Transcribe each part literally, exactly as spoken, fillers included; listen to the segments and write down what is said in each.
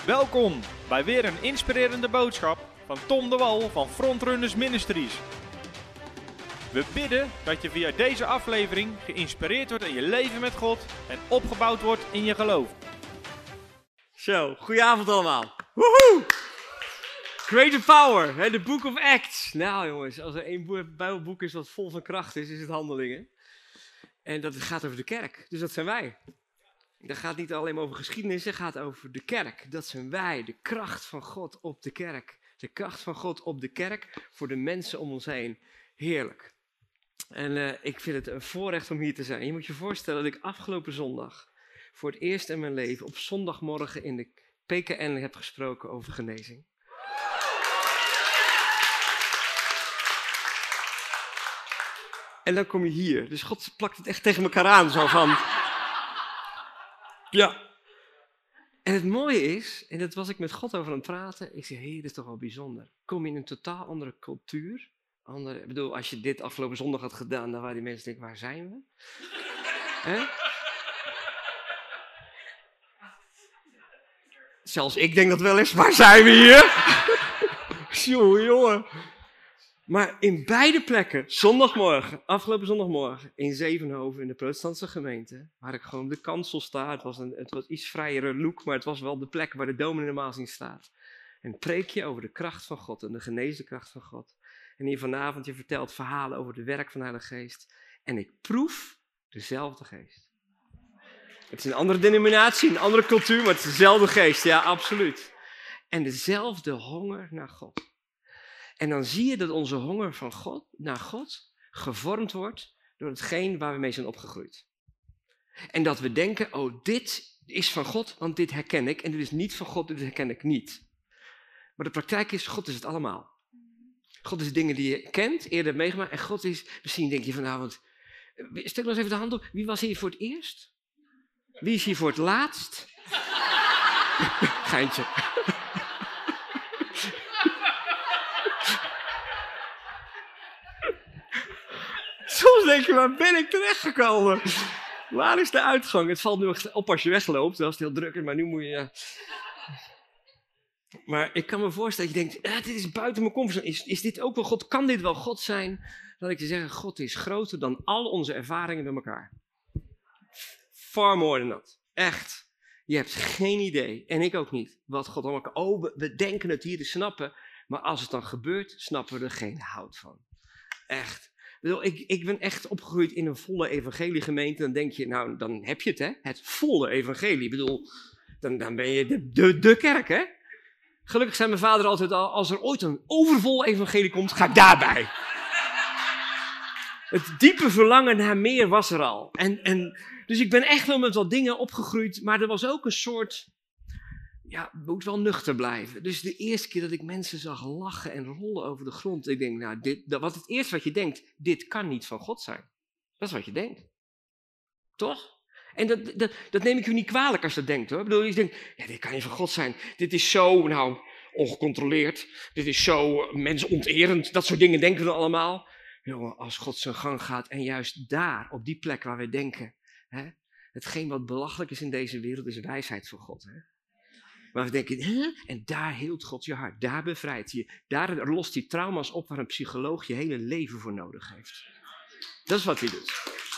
Welkom bij weer een inspirerende boodschap van Tom de Wal van Frontrunners Ministries. We bidden dat je via deze aflevering geïnspireerd wordt in je leven met God en opgebouwd wordt in je geloof. Zo, goedenavond allemaal. Woehoe! Greater Power, hè, de Book of Acts. Nou jongens, als er één Bijbelboek is wat vol van kracht is, is het Handelingen. En dat gaat over de kerk, dus dat zijn wij. Dat gaat niet alleen maar over geschiedenis, het gaat over de kerk. Dat zijn wij, de kracht van God op de kerk. De kracht van God op de kerk voor de mensen om ons heen. Heerlijk. En uh, ik vind het een voorrecht om hier te zijn. Je moet je voorstellen dat ik afgelopen zondag voor het eerst in mijn leven op zondagmorgen in de P K N heb gesproken over genezing. En dan kom je hier. Dus God plakt het echt tegen elkaar aan, zo van... Ja. En het mooie is, en dat was ik met God over aan het praten, ik zei, hé, dit is toch wel bijzonder. Kom je in een totaal andere cultuur. Andere, ik bedoel, als je dit afgelopen zondag had gedaan, dan waren die mensen denken, waar zijn we? Hè? Zelfs ik denk dat wel eens, waar zijn we hier? Jongen, jongen. Maar in beide plekken, zondagmorgen, afgelopen zondagmorgen, in Zevenhoven, in de protestantse gemeente, waar ik gewoon op de kansel sta. Het was een het was iets vrijere look, maar het was wel de plek waar de dominee normaal zien staat. En preek je over de kracht van God en de geneesde kracht van God. En hier vanavond, je vertelt verhalen over het werk van de Heilige Geest. En ik proef dezelfde geest. Het is een andere denominatie, een andere cultuur, maar het is dezelfde geest, ja, absoluut. En dezelfde honger naar God. En dan zie je dat onze honger van God, naar God gevormd wordt door hetgeen waar we mee zijn opgegroeid. En dat we denken, oh, dit is van God, want dit herken ik. En dit is niet van God, dit herken ik niet. Maar de praktijk is, God is het allemaal. God is dingen die je kent, eerder hebt meegemaakt. En God is, misschien denk je vanavond, stel nog eens even de hand op. Wie was hier voor het eerst? Wie is hier voor het laatst? Geintje. Soms denk je, waar ben ik terechtgekomen? Waar is de uitgang? Het valt nu op als je wegloopt, als het heel druk is, maar nu moet je... Maar ik kan me voorstellen dat je denkt, ah, dit is buiten mijn comfortzone. Is, is dit ook wel God? Kan dit wel God zijn? Dat ik te zeggen, God is groter dan al onze ervaringen bij elkaar. Far more than that. Echt. Je hebt geen idee, en ik ook niet, wat God allemaal kan. Oh, we, we denken het hier te snappen, maar als het dan gebeurt, snappen we er geen hout van. Echt. Ik, ik ben echt opgegroeid in een volle evangeliegemeente. Dan denk je, nou, dan heb je het, hè? Het volle evangelie. Ik bedoel, dan, dan ben je de, de, de kerk, hè? Gelukkig zei mijn vader altijd al, als er ooit een overvol evangelie komt, ga ik daarbij. Het diepe verlangen naar meer was er al. En, en, dus ik ben echt wel met wat dingen opgegroeid, maar er was ook een soort... Ja, moet wel nuchter blijven. Dus de eerste keer dat ik mensen zag lachen en rollen over de grond, ik denk, nou, dit, dat, wat het eerste wat je denkt, dit kan niet van God zijn. Dat is wat je denkt. Toch? En dat, dat, dat neem ik u niet kwalijk als je dat denkt, hoor. Ik bedoel, je denkt, ja, dit kan niet van God zijn. Dit is zo, nou, ongecontroleerd. Dit is zo mensonterend. Dat soort dingen denken we dan allemaal. Jongen, als God zijn gang gaat en juist daar, op die plek waar we denken, hè, hetgeen wat belachelijk is in deze wereld, is wijsheid van God, hè. Maar we denken, hè? En daar hield God je hart, daar bevrijdt hij je, daar lost hij trauma's op waar een psycholoog je hele leven voor nodig heeft. Dat is wat hij doet.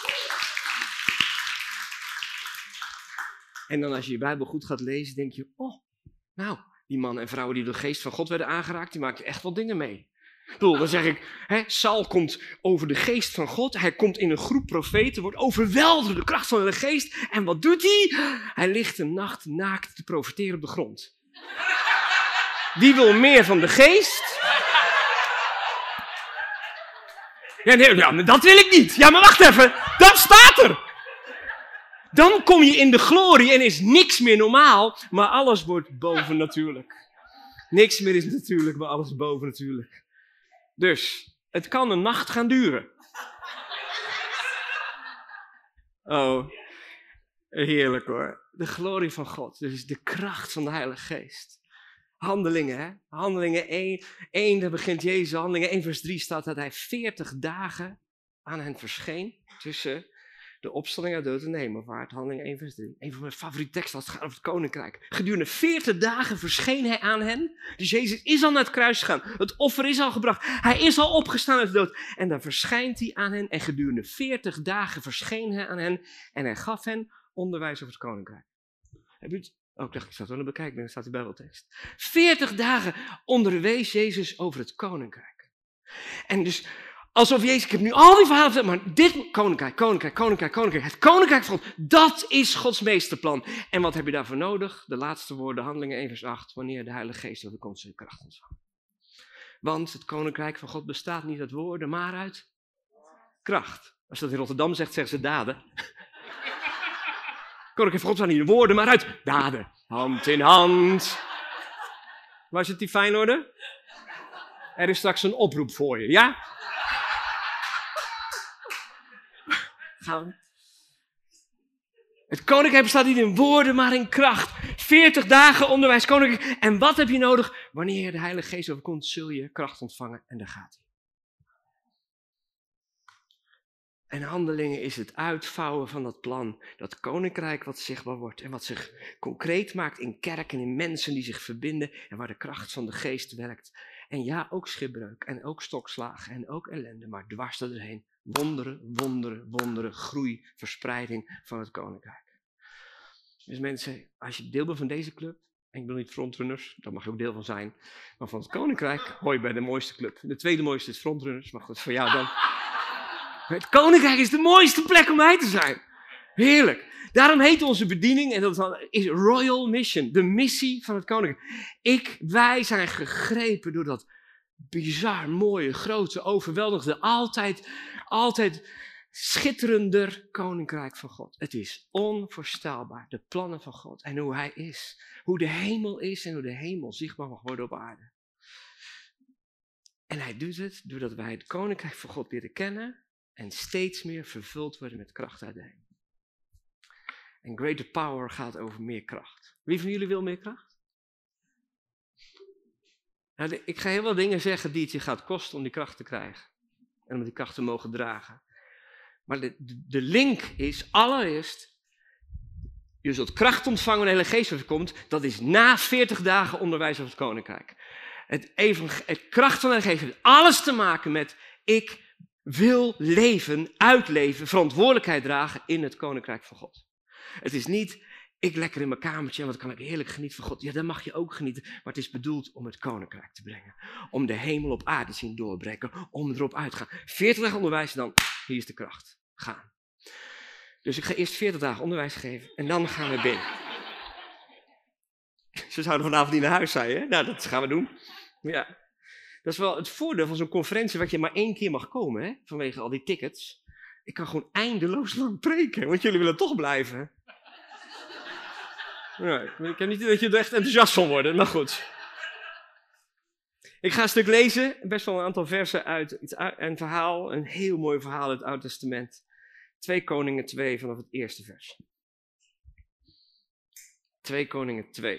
En dan als je je Bijbel goed gaat lezen, denk je, oh, nou, die mannen en vrouwen die door de geest van God werden aangeraakt, die maakten echt wel dingen mee. Ik bedoel, dan zeg ik, hè, Saul komt over de geest van God, hij komt in een groep profeten, wordt overweldigd door de kracht van de geest, en wat doet hij? Hij ligt een nacht naakt te profeteren op de grond. Wie wil meer van de geest? Ja, nee, ja, maar dat wil ik niet. Ja, maar wacht even, dat staat er. Dan kom je in de glorie en is niks meer normaal, maar alles wordt bovennatuurlijk. Niks meer is natuurlijk, maar alles is bovennatuurlijk. Dus, het kan een nacht gaan duren. Oh, heerlijk hoor. De glorie van God, dus de kracht van de Heilige Geest. Handelingen, hè? Handelingen één, één, daar begint Jezus. Handelingen één vers drie staat dat hij veertig dagen aan hen verscheen. Tussen De opstanding uit de dood en de hemelvaart, handeling één vers drie. Een van mijn favoriete teksten als het gaat over het koninkrijk. Gedurende veertig dagen verscheen hij aan hen. Dus Jezus is al naar het kruis gegaan. Het offer is al gebracht. Hij is al opgestaan uit de dood. En dan verschijnt hij aan hen. En gedurende veertig dagen verscheen hij aan hen. En hij gaf hen onderwijs over het koninkrijk. Heb je het? Oh, ik dacht, ik zat wel aan het bekijken. Dan staat die Bijbeltekst. veertig dagen onderwees Jezus over het koninkrijk. En dus... Alsof Jezus, ik heb nu al die verhalen verteld, maar dit koninkrijk, koninkrijk, koninkrijk, koninkrijk, het koninkrijk van God, dat is Gods meesterplan. En wat heb je daarvoor nodig? De laatste woorden, handelingen één vers acht, wanneer de Heilige Geest over komt, zul je kracht ontvangen. Want het koninkrijk van God bestaat niet uit woorden, maar uit kracht. Als je dat in Rotterdam zegt, zeggen ze daden. Koninkrijk van God bestaat niet in woorden, maar uit daden. Hand in hand. Waar zit die Feyenoorder? Er is straks een oproep voor je, ja? Gaan. Het koninkrijk bestaat niet in woorden, maar in kracht. veertig dagen onderwijs koninkrijk. En wat heb je nodig? Wanneer de Heilige Geest overkomt, zul je kracht ontvangen. En daar gaat hij. En handelingen is het uitvouwen van dat plan. Dat koninkrijk wat zichtbaar wordt. En wat zich concreet maakt in kerken, in mensen die zich verbinden. En waar de kracht van de Geest werkt. En ja, ook schipbreuk. En ook stokslagen. En ook ellende. Maar dwars er doorheen. Wonderen, wonderen, wonderen, groei, verspreiding van het koninkrijk. Dus mensen, als je deel bent van deze club, en ik bedoel niet frontrunners, daar mag je ook deel van zijn, maar van het koninkrijk hoor je bij de mooiste club. De tweede mooiste is frontrunners, maar goed, voor jou dan. Het koninkrijk is de mooiste plek om bij te zijn. Heerlijk. Daarom heet onze bediening, en dat is Royal Mission, de missie van het koninkrijk. Ik, wij zijn gegrepen door dat bizar, mooie, grote, overweldigende, altijd, altijd schitterender koninkrijk van God. Het is onvoorstelbaar, de plannen van God en hoe hij is. Hoe de hemel is en hoe de hemel zichtbaar mag worden op aarde. En hij doet het doordat wij het koninkrijk van God leren kennen en steeds meer vervuld worden met kracht uit de hemel. En greater power gaat over meer kracht. Wie van jullie wil meer kracht? Nou, ik ga heel veel dingen zeggen die het je gaat kosten om die kracht te krijgen. En om die kracht te mogen dragen. Maar de, de, de link is allereerst, je zult kracht ontvangen wanneer de Heilige Geest overkomt. Dat is na veertig dagen onderwijs over het koninkrijk. Het, evang- het kracht van de Heilige Geest heeft alles te maken met, ik wil leven, uitleven, verantwoordelijkheid dragen in het koninkrijk van God. Het is niet, ik lekker in mijn kamertje en wat kan ik heerlijk genieten van God. Ja, dat mag je ook genieten, maar het is bedoeld om het koninkrijk te brengen. Om de hemel op aarde te zien doorbreken, om erop uit te gaan. veertig dagen onderwijs en dan, hier is de kracht, gaan. Dus ik ga eerst veertig dagen onderwijs geven en dan gaan we binnen. Ze zouden vanavond niet naar huis zijn, hè? Nou, dat gaan we doen. Ja. Dat is wel het voordeel van zo'n conferentie, wat je maar één keer mag komen, hè? Vanwege al die tickets. Ik kan gewoon eindeloos lang preken, want jullie willen toch blijven. Ja, ik heb niet dat je er echt enthousiast van wordt, maar goed. Ik ga een stuk lezen, best wel een aantal versen uit een verhaal, een heel mooi verhaal uit het Oude Testament. twee Koningen twee vanaf het eerste vers. twee Koningen twee.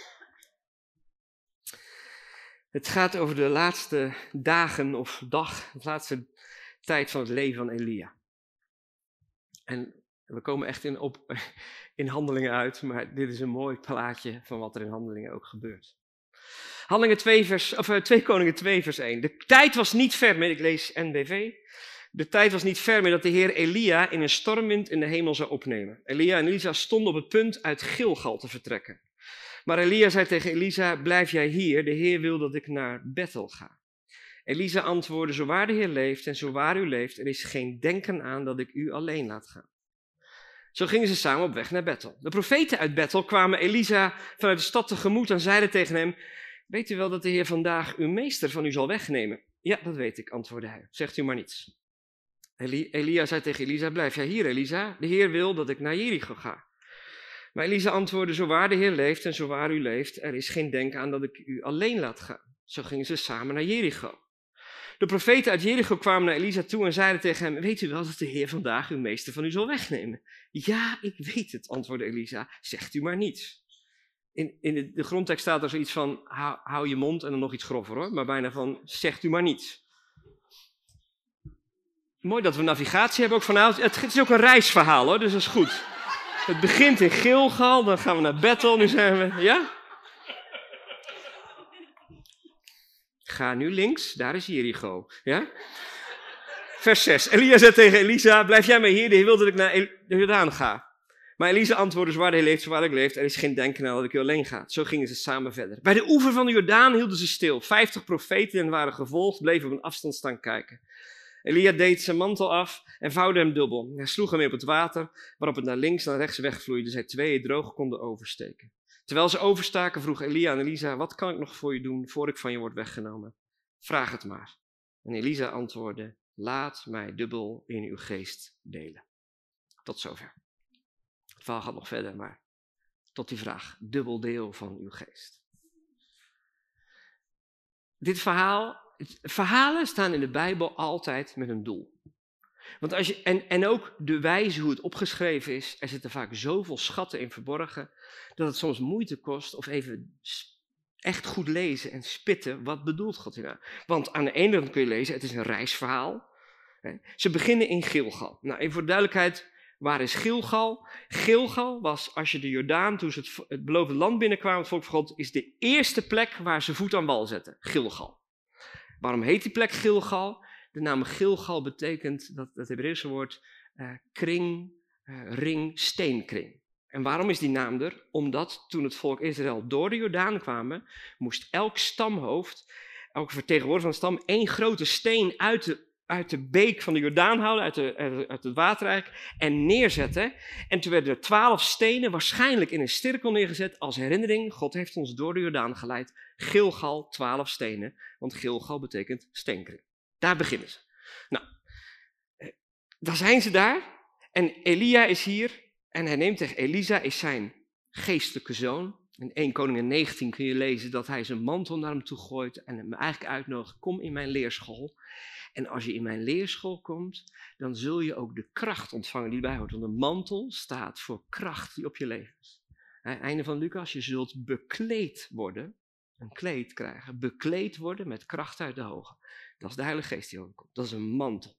Het gaat over de laatste dagen of dag, de laatste tijd van het leven van Elia. En we komen echt in, op, in handelingen uit, maar dit is een mooi plaatje van wat er in handelingen ook gebeurt. Handelingen twee, vers, of, twee Koningen twee vers één. De tijd was niet ver meer, ik lees N B V. De tijd was niet ver meer dat de Heer Elia in een stormwind in de hemel zou opnemen. Elia en Elisa stonden op het punt uit Gilgal te vertrekken. Maar Elia zei tegen Elisa, blijf jij hier, de Heer wil dat ik naar Bethel ga. Elisa antwoordde, zo waar de Heer leeft en zo waar u leeft, er is geen denken aan dat ik u alleen laat gaan. Zo gingen ze samen op weg naar Bethel. De profeten uit Bethel kwamen Elisa vanuit de stad tegemoet en zeiden tegen hem, weet u wel dat de Heer vandaag uw meester van u zal wegnemen? Ja, dat weet ik, antwoordde hij. Zegt u maar niets. Eli- Elia zei tegen Elisa, blijf jij hier, Elisa? De Heer wil dat ik naar Jericho ga. Maar Elisa antwoordde, zo waar de Heer leeft en zo waar u leeft, er is geen denken aan dat ik u alleen laat gaan. Zo gingen ze samen naar Jericho. De profeten uit Jericho kwamen naar Elisa toe en zeiden tegen hem, weet u wel dat de Heer vandaag uw meester van u zal wegnemen? Ja, ik weet het, antwoordde Elisa, zegt u maar niets. In, in de, de grondtekst staat er zoiets van, hou, hou je mond en dan nog iets grover hoor, maar bijna van, zegt u maar niets. Mooi dat we navigatie hebben ook vanavond. Het is ook een reisverhaal hoor, dus dat is goed. Het begint in Gilgal, dan gaan we naar Bethel, nu zijn we, ja? Ga nu links, daar is Jericho, ja? Vers zes. Elia zei tegen Elisa, blijf jij maar hier, de Heer wil dat ik naar de Jordaan ga. Maar Elisa antwoordde, zo waar de Heer leeft, zo waar ik leef, er is geen denken aan dat ik hier alleen ga. Zo gingen ze samen verder. Bij de oever van de Jordaan hielden ze stil. Vijftig profeten en waren gevolgd, bleven op een afstand staan kijken. Elia deed zijn mantel af en vouwde hem dubbel. Hij sloeg hem mee op het water, waarop het naar links en naar rechts wegvloeide, zij tweeën droog konden oversteken. Terwijl ze overstaken, vroeg Elia aan Elisa, wat kan ik nog voor je doen, voor ik van je word weggenomen? Vraag het maar. En Elisa antwoordde, laat mij dubbel in uw geest delen. Tot zover. Het verhaal gaat nog verder, maar tot die vraag, dubbel deel van uw geest. Dit verhaal, verhalen staan in de Bijbel altijd met een doel. Want als je, en, en ook de wijze hoe het opgeschreven is, er zitten vaak zoveel schatten in verborgen, dat het soms moeite kost of even echt goed lezen en spitten, wat bedoelt God hier nou? Want aan de ene kant kun je lezen, het is een reisverhaal. Ze beginnen in Gilgal. Nou, even voor de duidelijkheid, waar is Gilgal? Gilgal was, als je de Jordaan, toen ze het, het beloofde land binnenkwamen, het volk van God, is de eerste plek waar ze voet aan wal zetten. Gilgal. Waarom heet die plek Gilgal? De naam Gilgal betekent, dat, dat Hebreeuwse woord, uh, kring, uh, ring, steenkring. En waarom is die naam er? Omdat toen het volk Israël door de Jordaan kwamen, moest elk stamhoofd, elke vertegenwoordiger van de stam, één grote steen uit de, uit de beek van de Jordaan halen, uit, de, uit het waterrijk, en neerzetten. En toen werden er twaalf stenen waarschijnlijk in een cirkel neergezet als herinnering. God heeft ons door de Jordaan geleid. Gilgal, twaalf stenen, want Gilgal betekent steenkring. Daar beginnen ze. Nou, dan zijn ze daar en Elia is hier en hij neemt tegen Elisa, is zijn geestelijke zoon. In Eerste Koningen negentien kun je lezen dat hij zijn mantel naar hem toe gooit en hem eigenlijk uitnodigt, kom in mijn leerschool. En als je in mijn leerschool komt, dan zul je ook de kracht ontvangen die erbij hoort. Want een mantel staat voor kracht die op je leven is. Einde van Lucas, je zult bekleed worden, een kleed krijgen, bekleed worden met kracht uit de hoge. Dat is de Heilige Geest die overkomt. Dat is een mantel.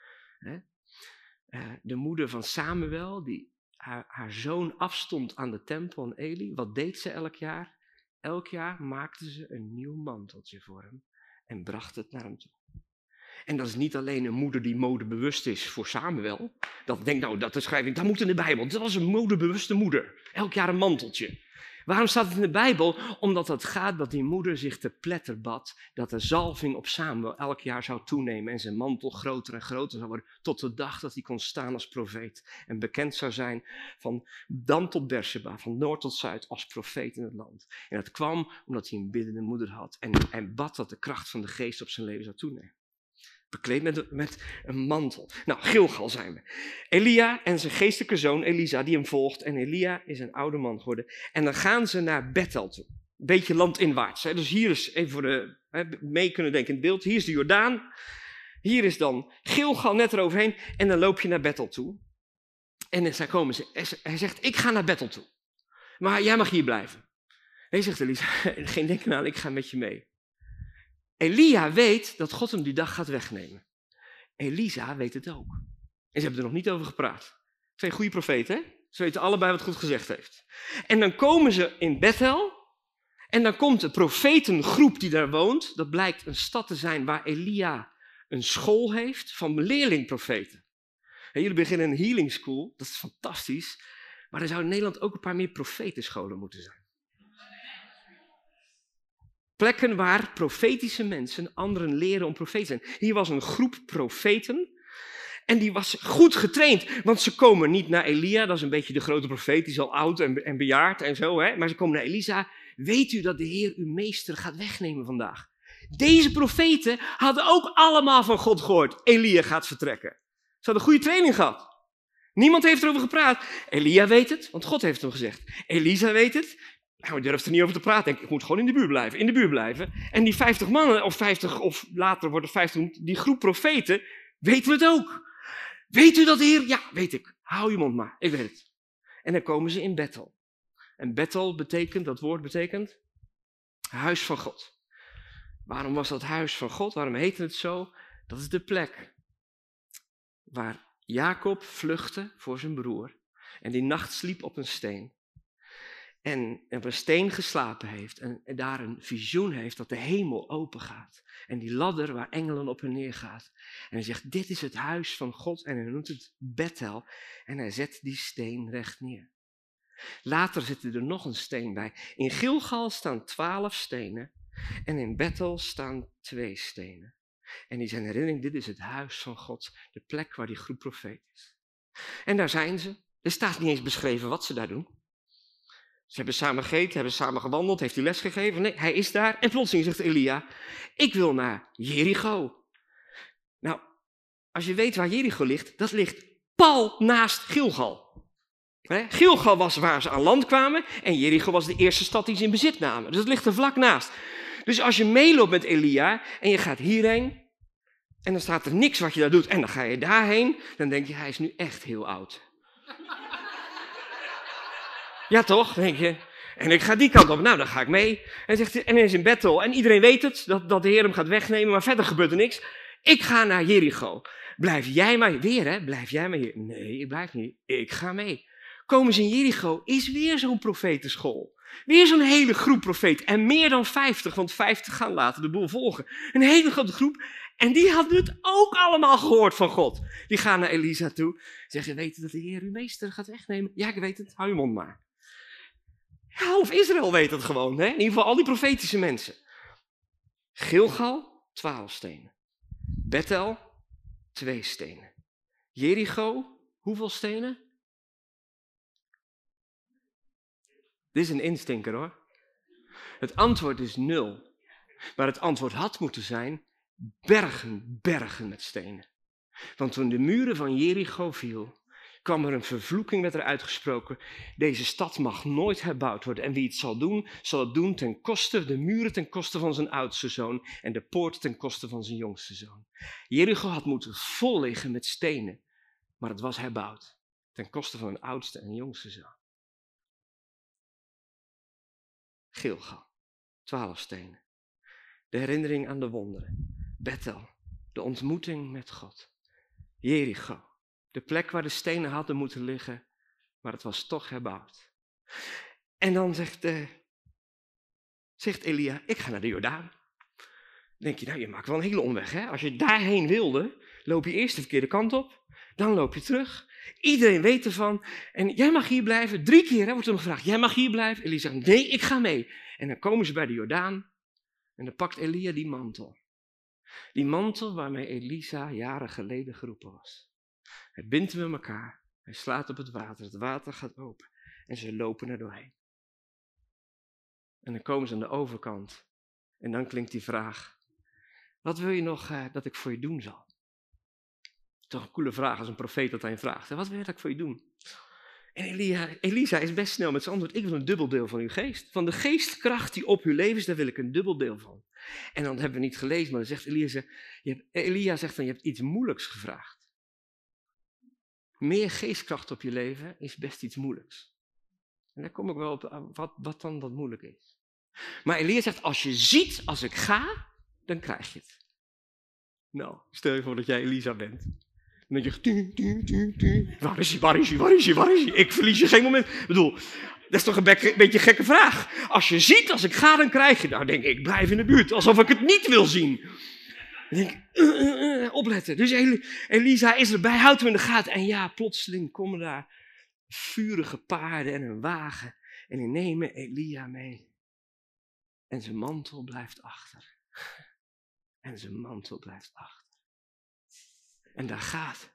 De moeder van Samuel, die haar, haar zoon afstond aan de tempel aan Eli, wat deed ze elk jaar? Elk jaar maakte ze een nieuw manteltje voor hem en bracht het naar hem toe. En dat is niet alleen een moeder die modebewust is voor Samuel. Dat denkt nou, dat de schrijving, dat moet in de Bijbel. Dat was een modebewuste moeder. Elk jaar een manteltje. Waarom staat het in de Bijbel? Omdat het gaat dat die moeder zich te pletter bad, dat de zalving op Samuel elk jaar zou toenemen en zijn mantel groter en groter zou worden, tot de dag dat hij kon staan als profeet en bekend zou zijn van Dan tot Beersheba, van noord tot zuid, als profeet in het land. En dat kwam omdat hij een biddende moeder had en, en bad dat de kracht van de geest op zijn leven zou toenemen. Bekleed met, met een mantel. Nou, Gilgal zijn we. Elia en zijn geestelijke zoon Elisa die hem volgt. En Elia is een oude man geworden. En dan gaan ze naar Bethel toe. Een beetje landinwaarts. Hè. Dus hier is, even voor de, hè, mee kunnen denken in het beeld. Hier is de Jordaan. Hier is dan Gilgal net eroverheen. En dan loop je naar Bethel toe. En dan komen ze. Hij zegt, ik ga naar Bethel toe. Maar jij mag hier blijven. Nee, zegt Elisa, geen denken aan, ik ga met je mee. Elia weet dat God hem die dag gaat wegnemen. Elisa weet het ook. En ze hebben er nog niet over gepraat. Twee goede profeten, hè? Ze weten allebei wat God gezegd heeft. En dan komen ze in Bethel. En dan komt de profetengroep die daar woont. Dat blijkt een stad te zijn waar Elia een school heeft van leerlingprofeten. En jullie beginnen een healing school. Dat is fantastisch. Maar er zou in Nederland ook een paar meer profetenscholen moeten zijn. Plekken waar profetische mensen anderen leren om profeet te zijn. Hier was een groep profeten en die was goed getraind. Want ze komen niet naar Elia, dat is een beetje de grote profeet, die is al oud en, en bejaard en zo. Hè? Maar ze komen naar Elisa. Weet u dat de Heer uw meester gaat wegnemen vandaag? Deze profeten hadden ook allemaal van God gehoord. Elia gaat vertrekken. Ze hadden goede training gehad. Niemand heeft erover gepraat. Elia weet het, want God heeft hem gezegd. Elisa weet het. Nou, ik durf er niet over te praten. Ik moet gewoon in de buurt blijven, in de buurt blijven. En die vijftig mannen, of vijftig, of later wordt het vijftig, die groep profeten, weten we het ook. Weet u dat de Heer? Ja, weet ik. Hou je mond maar, ik weet het. En dan komen ze in Bethel. En Bethel betekent, dat woord betekent, huis van God. Waarom was dat huis van God? Waarom heette het zo? Dat is de plek waar Jacob vluchtte voor zijn broer en die nacht sliep op een steen. En op een steen geslapen heeft en, en daar een visioen heeft dat de hemel open gaat. En die ladder waar engelen op en neer gaat. En hij zegt, dit is het huis van God en hij noemt het Bethel. En hij zet die steen recht neer. Later zit er nog een steen bij. In Gilgal staan twaalf stenen en in Bethel staan twee stenen. En die zijn herinnering, dit is het huis van God, de plek waar die groep profeet is. En daar zijn ze. Er staat niet eens beschreven wat ze daar doen. Ze hebben samen gegeten, hebben samen gewandeld, heeft hij les gegeven. Nee, hij is daar en plotseling zegt Elia, ik wil naar Jericho. Nou, als je weet waar Jericho ligt, dat ligt pal naast Gilgal. He, Gilgal was waar ze aan land kwamen en Jericho was de eerste stad die ze in bezit namen. Dus het ligt er vlak naast. Dus als je meeloopt met Elia en je gaat hierheen en dan staat er niks wat je daar doet en dan ga je daarheen, dan denk je, hij is nu echt heel oud. Ja toch, denk je. En ik ga die kant op, nou dan ga ik mee. En, zegt hij, en hij is in Bethel en iedereen weet het, dat, dat de Heer hem gaat wegnemen, maar verder gebeurt er niks. Ik ga naar Jericho. Blijf jij maar, weer hè, blijf jij maar hier. Nee, ik blijf niet, ik ga mee. Komen ze in Jericho, is weer zo'n profetenschool. Weer zo'n hele groep profeten. En meer dan vijftig, want vijftig gaan later de boel volgen. Een hele grote groep. En die hadden het ook allemaal gehoord van God. Die gaan naar Elisa toe. Zeggen, weet je dat de Heer uw meester gaat wegnemen? Ja, ik weet het, hou je mond maar. Ja, half Israël weet het gewoon. Hè? In ieder geval al die profetische mensen. Gilgal, twaalf stenen. Bethel, twee stenen. Jericho, hoeveel stenen? Dit is een instinker hoor. Het antwoord is nul. Maar het antwoord had moeten zijn, bergen, bergen met stenen. Want toen de muren van Jericho viel, kwam er een vervloeking, werd er uitgesproken. Deze stad mag nooit herbouwd worden. En wie het zal doen, zal het doen ten koste, de muren ten koste van zijn oudste zoon en de poort ten koste van zijn jongste zoon. Jericho had moeten vol liggen met stenen, maar het was herbouwd ten koste van een oudste en jongste zoon. Gilgal, twaalf stenen. De herinnering aan de wonderen. Bethel, de ontmoeting met God. Jericho, de plek waar de stenen hadden moeten liggen, maar het was toch herbouwd. En dan zegt, uh, zegt Elia, ik ga naar de Jordaan. Dan denk je, nou je maakt wel een hele omweg. Hè? Als je daarheen wilde, loop je eerst de verkeerde kant op, dan loop je terug. Iedereen weet ervan. En jij mag hier blijven. Drie keer hè, wordt er gevraagd, jij mag hier blijven. Elia zegt, nee, ik ga mee. En dan komen ze bij de Jordaan en dan pakt Elia die mantel. Die mantel waarmee Elisa jaren geleden geroepen was. Hij bindt hem met elkaar. Hij slaat op het water. Het water gaat open. En ze lopen er doorheen. En dan komen ze aan de overkant. En dan klinkt die vraag. Wat wil je nog uh, dat ik voor je doen zal? Toch een coole vraag als een profeet dat aan je vraagt. Wat wil je dat ik voor je doen? En Elia, Elisa is best snel met zijn antwoord. Ik wil een dubbeldeel van uw geest. Van de geestkracht die op uw leven is, daar wil ik een dubbeldeel van. En dan hebben we niet gelezen, maar dan zegt Elia, je hebt, Elia zegt dan, je hebt iets moeilijks gevraagd. Meer geestkracht op je leven is best iets moeilijks. En daar kom ik wel op wat, wat dan wat moeilijk is. Maar Elia zegt, als je ziet als ik ga, dan krijg je het. Nou, stel je voor dat jij Elisa bent. Dan denk je, tu, tu, tu, tu. Waar is hij, waar is hij, waar is hij, waar is hij? Ik verlies je geen moment. Ik bedoel, dat is toch een be- beetje een gekke vraag. Als je ziet als ik ga, dan krijg je. Nou denk ik, ik blijf in de buurt, alsof ik het niet wil zien. Dan denk ik, uh, uh, uh, opletten. Dus Elisa is erbij, houdt hem in de gaten. En ja, plotseling komen daar vurige paarden en een wagen. En die nemen Elia mee. En zijn mantel blijft achter. En zijn mantel blijft achter. En daar gaat.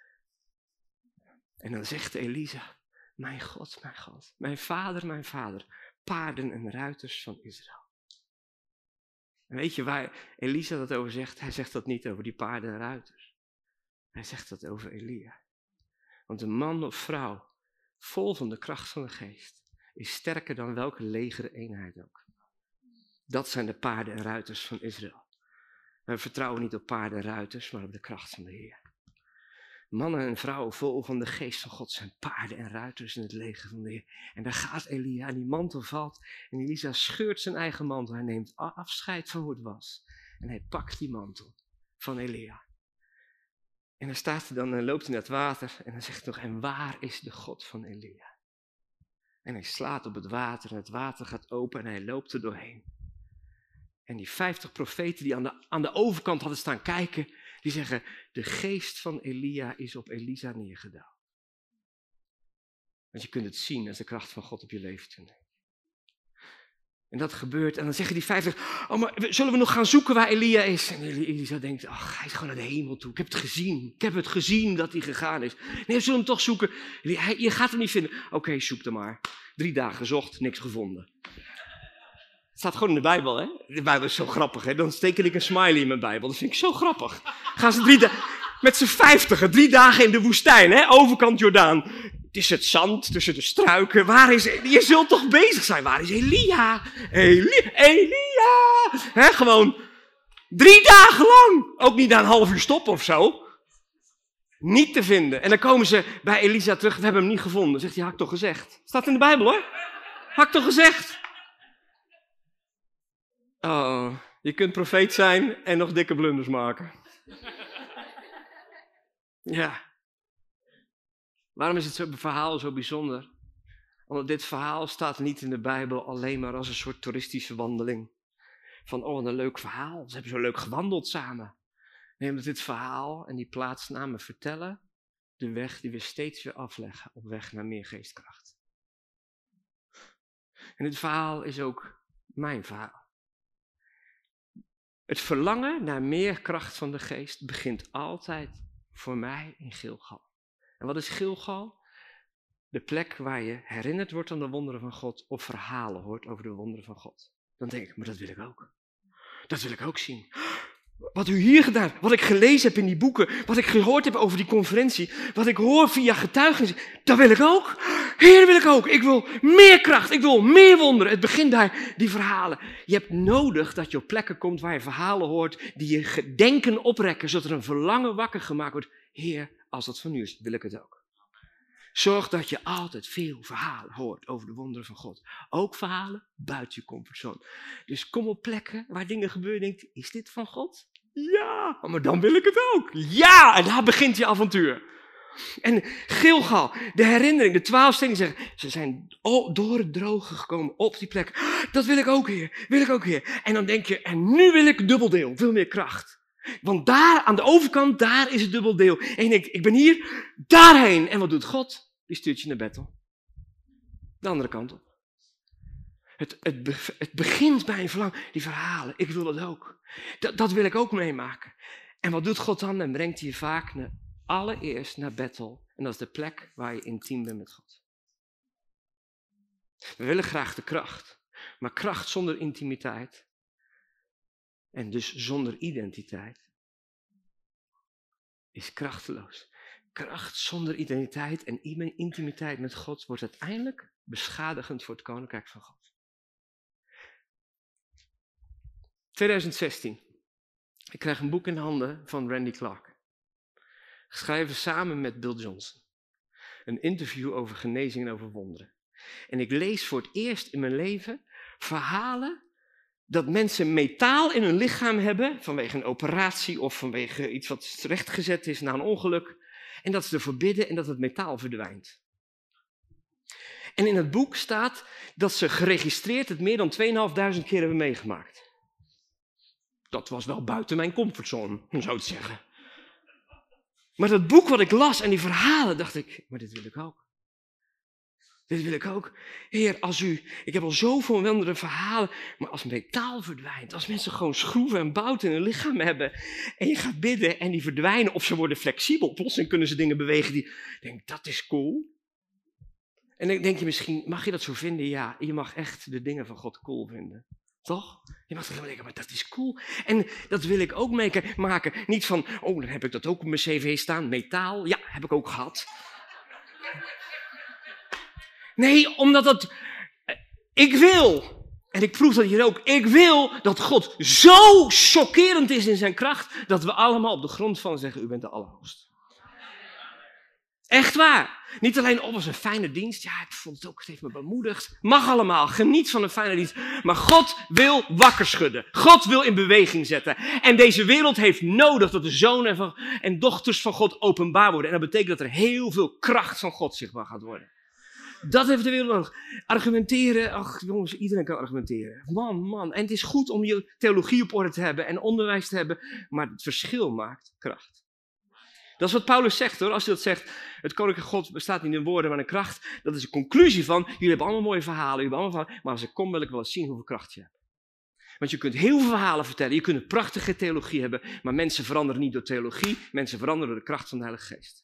En dan zegt Elisa, mijn God, mijn God, mijn vader, mijn vader, paarden en ruiters van Israël. En weet je waar Elisa dat over zegt? Hij zegt dat niet over die paarden en ruiters. Hij zegt dat over Elia. Want een man of vrouw, vol van de kracht van de geest, is sterker dan welke legereenheid ook. Dat zijn de paarden en ruiters van Israël. We vertrouwen niet op paarden en ruiters, maar op de kracht van de Heer. Mannen en vrouwen vol van de geest van God zijn paarden en ruiters in het leger van de Heer. En daar gaat Elia en die mantel valt. En Elisa scheurt zijn eigen mantel. Hij neemt afscheid van hoe het was. En hij pakt die mantel van Elia. En dan staat hij dan en loopt hij naar het water en dan zegt hij nog, en waar is de God van Elia? En hij slaat op het water en het water gaat open en hij loopt er doorheen. En die vijftig profeten die aan de, aan de overkant hadden staan kijken, die zeggen, de geest van Elia is op Elisa neergedaald. Want je kunt het zien als de kracht van God op je leven toeneemt. En dat gebeurt en dan zeggen die vijftig, oh maar zullen we nog gaan zoeken waar Elia is? En Elisa denkt, ach, hij is gewoon naar de hemel toe. Ik heb het gezien, ik heb het gezien dat hij gegaan is. Nee, we zullen hem toch zoeken. Je gaat hem niet vinden. Oké, okay, zoek hem maar. Drie dagen gezocht, niks gevonden. Het staat gewoon in de Bijbel, hè? De Bijbel is zo grappig, hè? Dan steek ik een smiley in mijn Bijbel. Dat vind ik zo grappig. Gaan ze drie dagen, met z'n vijftigen, drie dagen in de woestijn, hè? Overkant Jordaan. Het is het zand tussen de struiken. Waar is, je zult toch bezig zijn. Waar is Elia? Elia, Elia. Hè? Gewoon drie dagen lang. Ook niet na een half uur stoppen of zo. Niet te vinden. En dan komen ze bij Elisa terug. We hebben hem niet gevonden. Zegt hij, had ik toch gezegd. Staat in de Bijbel, hoor. Had ik toch gezegd. Oh, je kunt profeet zijn en nog dikke blunders maken. Ja. Waarom is het zo, verhaal zo bijzonder? Omdat dit verhaal staat niet in de Bijbel alleen maar als een soort toeristische wandeling. Van, oh, wat een leuk verhaal. Ze hebben zo leuk gewandeld samen. Nee, omdat dit verhaal en die plaatsnamen vertellen de weg die we steeds weer afleggen op weg naar meer geestkracht. En dit verhaal is ook mijn verhaal. Het verlangen naar meer kracht van de geest begint altijd voor mij in Gilgal. En wat is Gilgal? De plek waar je herinnerd wordt aan de wonderen van God of verhalen hoort over de wonderen van God. Dan denk ik, maar dat wil ik ook. Dat wil ik ook zien. Wat u hier gedaan, wat ik gelezen heb in die boeken, wat ik gehoord heb over die conferentie, wat ik hoor via getuigenissen, dat wil ik ook. Heer, dat wil ik ook. Ik wil meer kracht, ik wil meer wonderen. Het begint daar, die verhalen. Je hebt nodig dat je op plekken komt waar je verhalen hoort die je denken oprekken, zodat er een verlangen wakker gemaakt wordt. Heer, als dat van u is, wil ik het ook. Zorg dat je altijd veel verhalen hoort over de wonderen van God. Ook verhalen buiten je comfortzone. Dus kom op plekken waar dingen gebeuren en denkt, is dit van God? Ja, maar dan wil ik het ook. Ja, en daar begint je avontuur. En Gilgal, de herinnering, de twaalf stenen zeggen, ze zijn door het droge gekomen op die plek. Dat wil ik ook, Heer, wil ik ook, Heer. En dan denk je, en nu wil ik dubbeldeel, veel meer kracht. Want daar, aan de overkant, daar is het dubbeldeel. En je denkt, ik ben hier, daarheen. En wat doet God? Die stuurt je naar Bethel. De andere kant op. Het, het, be, het begint bij een verlangen. Die verhalen, ik wil dat ook. Dat, dat wil ik ook meemaken. En wat doet God dan? Dan brengt hij je vaak naar, allereerst naar Bethel. En dat is de plek waar je intiem bent met God. We willen graag de kracht. Maar kracht zonder intimiteit. En dus zonder identiteit. Is krachteloos. Kracht zonder identiteit en intimiteit met God wordt uiteindelijk beschadigend voor het koninkrijk van God. twintig zestien. Ik krijg een boek in de handen van Randy Clark. Geschreven samen met Bill Johnson. Een interview over genezing en over wonderen. En ik lees voor het eerst in mijn leven verhalen dat mensen metaal in hun lichaam hebben vanwege een operatie of vanwege iets wat terechtgezet is na een ongeluk. En dat ze ervoor bidden en dat het metaal verdwijnt. En in het boek staat dat ze geregistreerd het meer dan tweeduizend keer hebben meegemaakt. Dat was wel buiten mijn comfortzone, om zo te zeggen. Maar dat boek wat ik las en die verhalen, dacht ik, maar dit wil ik ook. Dit wil ik ook. Heer, als u, ik heb al zoveel wondere verhalen, maar als metaal verdwijnt, als mensen gewoon schroeven en bouten in hun lichaam hebben, en je gaat bidden en die verdwijnen, of ze worden flexibel, plotseling kunnen ze dingen bewegen die, ik denk, dat is cool. En dan denk je misschien, mag je dat zo vinden? Ja, je mag echt de dingen van God cool vinden. Toch? Je mag toch denken, maar dat is cool. En dat wil ik ook maken. Niet van, oh, dan heb ik dat ook op mijn cv staan, metaal, ja, heb ik ook gehad. Nee, omdat dat, ik wil, en ik proef dat hier ook, ik wil dat God zo chockerend is in zijn kracht, dat we allemaal op de grond van zeggen, u bent de Allerhoogste. Echt waar. Niet alleen, oh, was een fijne dienst. Ja, ik vond het ook, het heeft me bemoedigd. Mag allemaal, geniet van een fijne dienst. Maar God wil wakker schudden. God wil in beweging zetten. En deze wereld heeft nodig dat de zonen van, en dochters van God openbaar worden. En dat betekent dat er heel veel kracht van God zichtbaar gaat worden. Dat heeft de wereld nodig. Argumenteren, ach jongens, iedereen kan argumenteren. Man, man. En het is goed om je theologie op orde te hebben en onderwijs te hebben. Maar het verschil maakt kracht. Dat is wat Paulus zegt hoor. Als hij dat zegt, het koninkrijk God bestaat niet in woorden, maar in kracht. Dat is de conclusie van, jullie hebben allemaal mooie verhalen, jullie hebben allemaal verhalen, maar als ik kom wil ik wel eens zien hoeveel kracht je hebt. Want je kunt heel veel verhalen vertellen, je kunt een prachtige theologie hebben, maar mensen veranderen niet door theologie, mensen veranderen door de kracht van de Heilige Geest.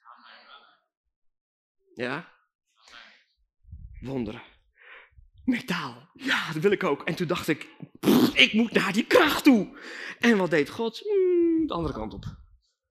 Ja? Wonderen. Metaal. Ja, dat wil ik ook. En toen dacht ik, pff, ik moet naar die kracht toe. En wat deed God? Mm, de andere kant op.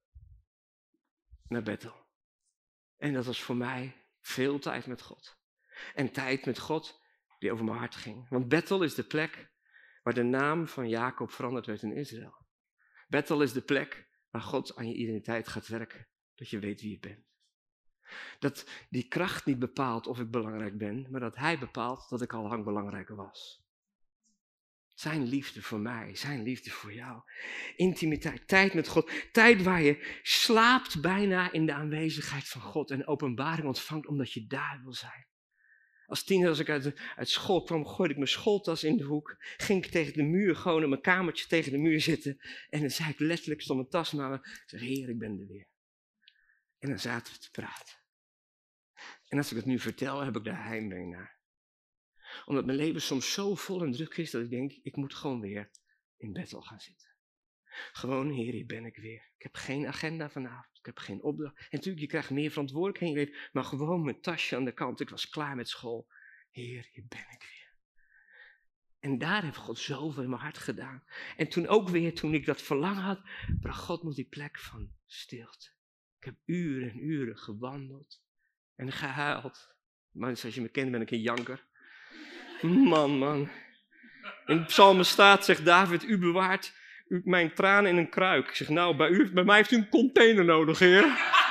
Naar Bethel. En dat was voor mij veel tijd met God. En tijd met God die over mijn hart ging. Want Bethel is de plek waar de naam van Jacob veranderd werd in Israël. Bethel is de plek waar God aan je identiteit gaat werken. Dat je weet wie je bent. Dat die kracht niet bepaalt of ik belangrijk ben, maar dat hij bepaalt dat ik al lang belangrijker was. Zijn liefde voor mij, zijn liefde voor jou. Intimiteit, tijd met God. Tijd waar je slaapt bijna in de aanwezigheid van God en openbaring ontvangt omdat je daar wil zijn. Als tiener, als ik uit, uit school kwam, gooide ik mijn schooltas in de hoek. Ging ik tegen de muur, gewoon in mijn kamertje tegen de muur zitten. En dan zei ik letterlijk, stond mijn tas naar me. Ik zei, Heer, ik ben er weer. En dan zaten we te praten. En als ik het nu vertel, heb ik daar heimwee naar. Omdat mijn leven soms zo vol en druk is, dat ik denk, ik moet gewoon weer in Bethel gaan zitten. Gewoon, Heer, hier ben ik weer. Ik heb geen agenda vanavond, ik heb geen opdracht. En natuurlijk, je krijgt meer verantwoordelijkheid in je leven, maar gewoon mijn tasje aan de kant. Ik was klaar met school. Heer, hier ben ik weer. En daar heeft God zoveel in mijn hart gedaan. En toen ook weer, toen ik dat verlangen had, bracht God nog die plek van stilte. Ik heb uren en uren gewandeld. En gehuild. Man, zoals je me kent ben ik een janker. Man, man. In Psalmen staat, zegt David, u bewaart u, mijn tranen in een kruik. Ik zeg, nou, bij, u, bij mij heeft u een container nodig, Heer.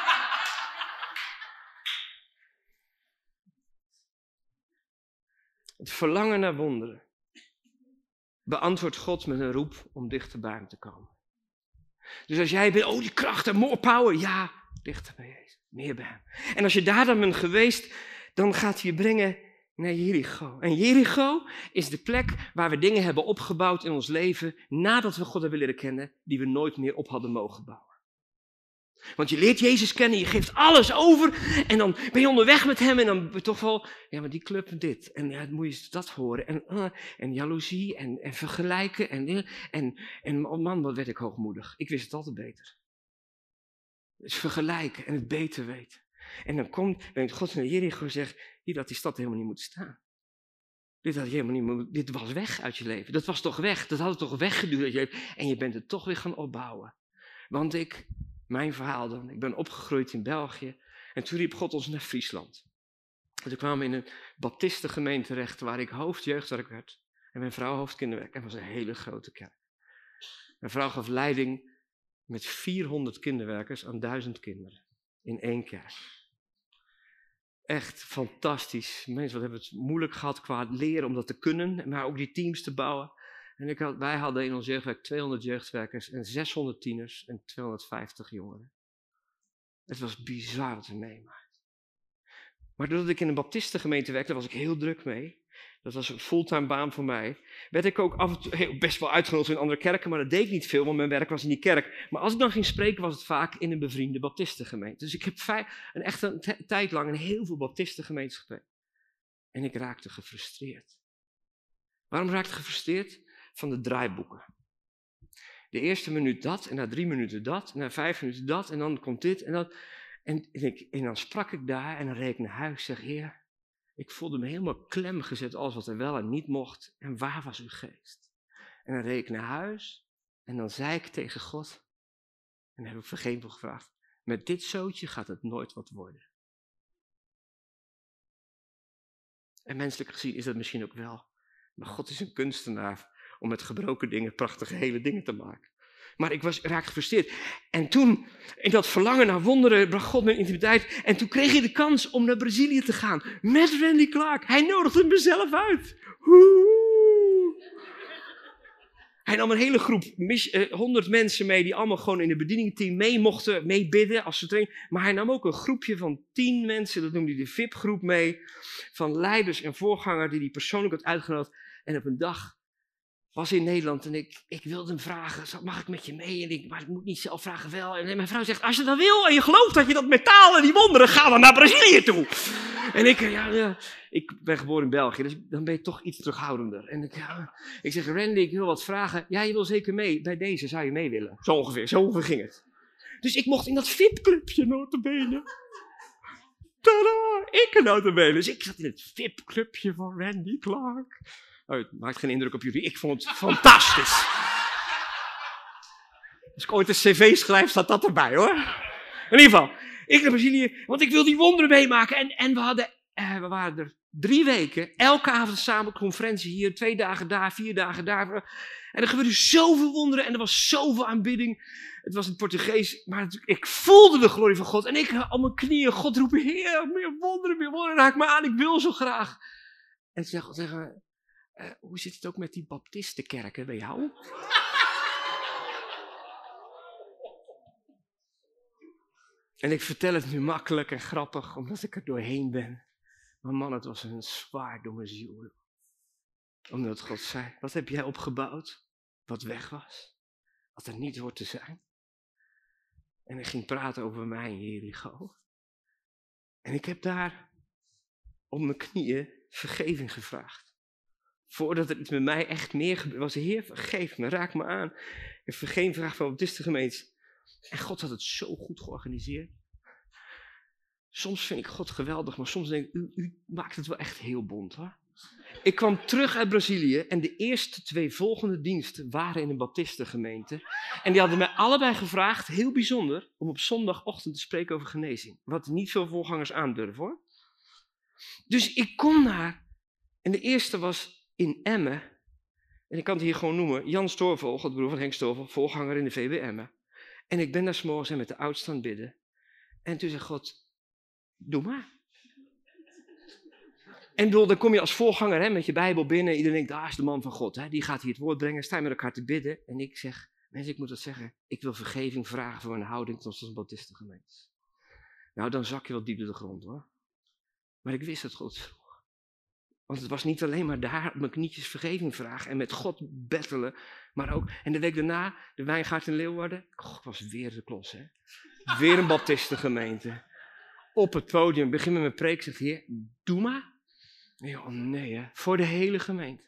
Het verlangen naar wonderen beantwoordt God met een roep om dichter bij hem te komen. Dus als jij bent, oh die kracht en more power, ja, dichter bij Jezus. Meer bij hem. En als je daar dan bent geweest, dan gaat hij je brengen naar Jericho. En Jericho is de plek waar we dingen hebben opgebouwd in ons leven, nadat we God hebben leren kennen, die we nooit meer op hadden mogen bouwen. Want je leert Jezus kennen, je geeft alles over en dan ben je onderweg met hem en dan ben je toch wel, ja maar die club en dit en ja, moet je dat horen en, uh, en jaloezie en, en vergelijken en, uh, en, en oh man, wat werd ik hoogmoedig. Ik wist het altijd beter. Dus vergelijken en het beter weten. En dan komt, brengt God naar Jericho en zegt, hier had die stad helemaal niet moeten staan. Dit, had je helemaal niet moeten, dit was weg uit je leven. Dat was toch weg, dat had het toch weggeduwd uit je leven. En je bent het toch weer gaan opbouwen. Want ik, mijn verhaal dan, ik ben opgegroeid in België. En toen riep God ons naar Friesland. En toen kwamen we in een baptistengemeente terecht waar ik hoofdjeugdwerk werd. En mijn vrouw hoofdkinderwerk. En dat was een hele grote kerk. Mijn vrouw gaf leiding met vierhonderd kinderwerkers aan duizend kinderen. In één kerk. Echt fantastisch. Mensen, wat hebben we het moeilijk gehad qua leren om dat te kunnen. Maar ook die teams te bouwen. En ik had, wij hadden in ons jeugdwerk tweehonderd jeugdwerkers en zeshonderd tieners en tweehonderdvijftig jongeren. Het was bizar wat we meemaakten. Maar doordat ik in een baptistengemeente werkte, daar was ik heel druk mee. Dat was een fulltime baan voor mij. Werd ik ook af en toe heel, best wel uitgenodigd in andere kerken, maar dat deed ik niet veel, want mijn werk was in die kerk. Maar als ik dan ging spreken, was het vaak in een bevriende baptistengemeente. Dus ik heb vijf, een echt een t- tijd lang in heel veel baptistengemeentes gesproken. En ik raakte gefrustreerd. Waarom raakte ik gefrustreerd? Van de draaiboeken. De eerste minuut dat, en na drie minuten dat, en na vijf minuten dat, en dan komt dit en dat. En, en, ik, en dan sprak ik daar en dan reed ik naar huis, zeg, Heer, ik voelde me helemaal klem gezet, alles wat er wel en niet mocht. En waar was uw geest? En dan reed ik naar huis en dan zei ik tegen God, en dan heb ik vergeving gevraagd, met dit zootje gaat het nooit wat worden. En menselijk gezien is dat misschien ook wel. Maar God is een kunstenaar om met gebroken dingen prachtige hele dingen te maken. Maar ik was, raakte gefrustreerd. En toen, in dat verlangen naar wonderen, bracht God mijn intimiteit. En toen kreeg je de kans om naar Brazilië te gaan. Met Randy Clark. Hij nodigde mezelf uit. Woehoe. Hij nam een hele groep, honderd mensen mee, die allemaal gewoon in het bedieningsteam mee mochten, mee bidden als ze trainen. Maar hij nam ook een groepje van tien mensen, dat noemde hij de V I P-groep mee, van leiders en voorganger die hij persoonlijk had uitgenodigd. En op een dag was hij in Nederland en ik, ik wilde hem vragen, mag ik met je mee? En ik, maar ik moet niet zelf vragen wel. En mijn vrouw zegt, als je dat wil en je gelooft dat je dat met taal en die wonderen, ga dan naar Brazilië toe. En ik, ja, ja, ik ben geboren in België, dus dan ben je toch iets terughoudender. En ik, ja, ik zeg, Randy, ik wil wat vragen. Ja, je wil zeker mee. Bij deze zou je mee willen. Zo ongeveer, zo ongeveer ging het. Dus ik mocht in dat V I P-clubje notabene. Tadaa, ik notabene. Dus ik zat in het V I P-clubje van Randy Clark. Oh, het maakt geen indruk op jullie. Ik vond het fantastisch. Als ik ooit een cv schrijf, staat dat erbij, hoor. In ieder geval, ik naar Brazilië, want ik wil die wonderen meemaken. En, en we hadden, eh, we waren er drie weken, elke avond samen, conferentie hier, twee dagen daar, vier dagen daar. En er gebeurde zoveel wonderen en er was zoveel aanbidding. Het was in het Portugees, maar het, ik voelde de glorie van God. En ik op mijn knieën, God roepen, Heer, meer wonderen, meer wonderen, raak me aan, ik wil zo graag. En toen zei God, uh, hoe zit het ook met die baptistenkerken bij jou? En ik vertel het nu makkelijk en grappig, omdat ik er doorheen ben. Maar man, het was een zwaard door mijn ziel. Omdat God zei, wat heb jij opgebouwd? Wat weg was. Wat er niet hoort te zijn. En hij ging praten over mij in Jericho. En ik heb daar op mijn knieën vergeving gevraagd. Voordat er iets met mij echt meer gebeurde, was de Heer, vergeef me, raak me aan. Ik heb vergeving gevraagd van baptistengemeentes. En God had het zo goed georganiseerd. Soms vind ik God geweldig, maar soms denk ik, u, u maakt het wel echt heel bont, hoor. Ik kwam terug uit Brazilië en de eerste twee volgende diensten waren in een baptistengemeente. En die hadden mij allebei gevraagd, heel bijzonder, om op zondagochtend te spreken over genezing. Wat niet veel voorgangers aandurven, hoor. Dus ik kom daar en de eerste was in Emmen. En ik kan het hier gewoon noemen, Jan Stoorvogel, de broer van Henk Stoorvogel, voorganger in de V B Emmen. En ik ben daar 's morgens en met de oudste aan het bidden. En toen zei God, doe maar. En bedoel, dan kom je als voorganger hè, met je Bijbel binnen. Iedereen denkt, daar is de man van God. Hè, die gaat hier het woord brengen. Sta je met elkaar te bidden. En ik zeg, mensen, ik moet dat zeggen. Ik wil vergeving vragen voor mijn houding tot een baptistengemeente. Nou, dan zak je wel diep door de grond, hoor. Maar ik wist dat God vroeg. Want het was niet alleen maar daar op mijn knietjes vergeving vragen en met God bettelen. Maar ook, en de week daarna, de Wijngaard in Leeuwarden. Oh, ik was weer de klos, hè. Weer een baptistengemeente. Op het podium, begin met mijn preek, zegt Heer, doe maar. Nee, oh nee, hè. Voor de hele gemeente.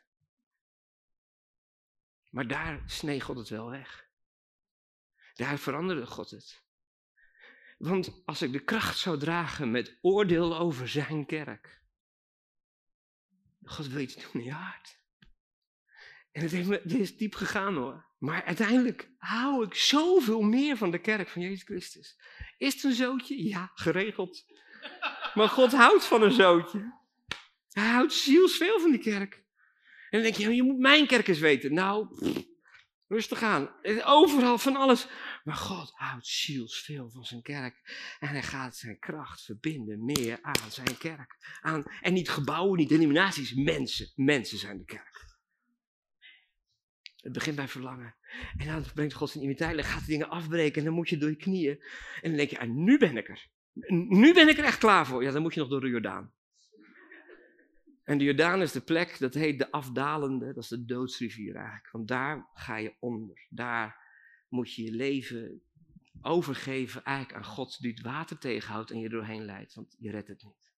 Maar daar snee God het wel weg. Daar veranderde God het. Want als ik de kracht zou dragen met oordeel over zijn kerk. God wil iets doen in je hart. En het, heeft me, het is diep gegaan, hoor. Maar uiteindelijk hou ik zoveel meer van de kerk van Jezus Christus. Is het een zootje? Ja, geregeld. Maar God houdt van een zootje. Hij houdt zielsveel van die kerk. En dan denk je, je moet mijn kerk eens weten. Nou, pff, rustig aan. Overal van alles. Maar God houdt zielsveel van zijn kerk. En hij gaat zijn kracht verbinden meer aan zijn kerk. Aan, en niet gebouwen, niet denominaties. Mensen. Mensen zijn de kerk. Het begint bij verlangen. En dan brengt God zijn intimiteit. Dan gaat hij dingen afbreken. En dan moet je door je knieën. En dan denk je, ah, nu ben ik er. Nu ben ik er echt klaar voor. Ja, dan moet je nog door de Jordaan. En de Jordaan is de plek, dat heet de afdalende, dat is de doodsrivier eigenlijk. Want daar ga je onder. Daar moet je je leven overgeven eigenlijk aan God die het water tegenhoudt en je doorheen leidt. Want je redt het niet.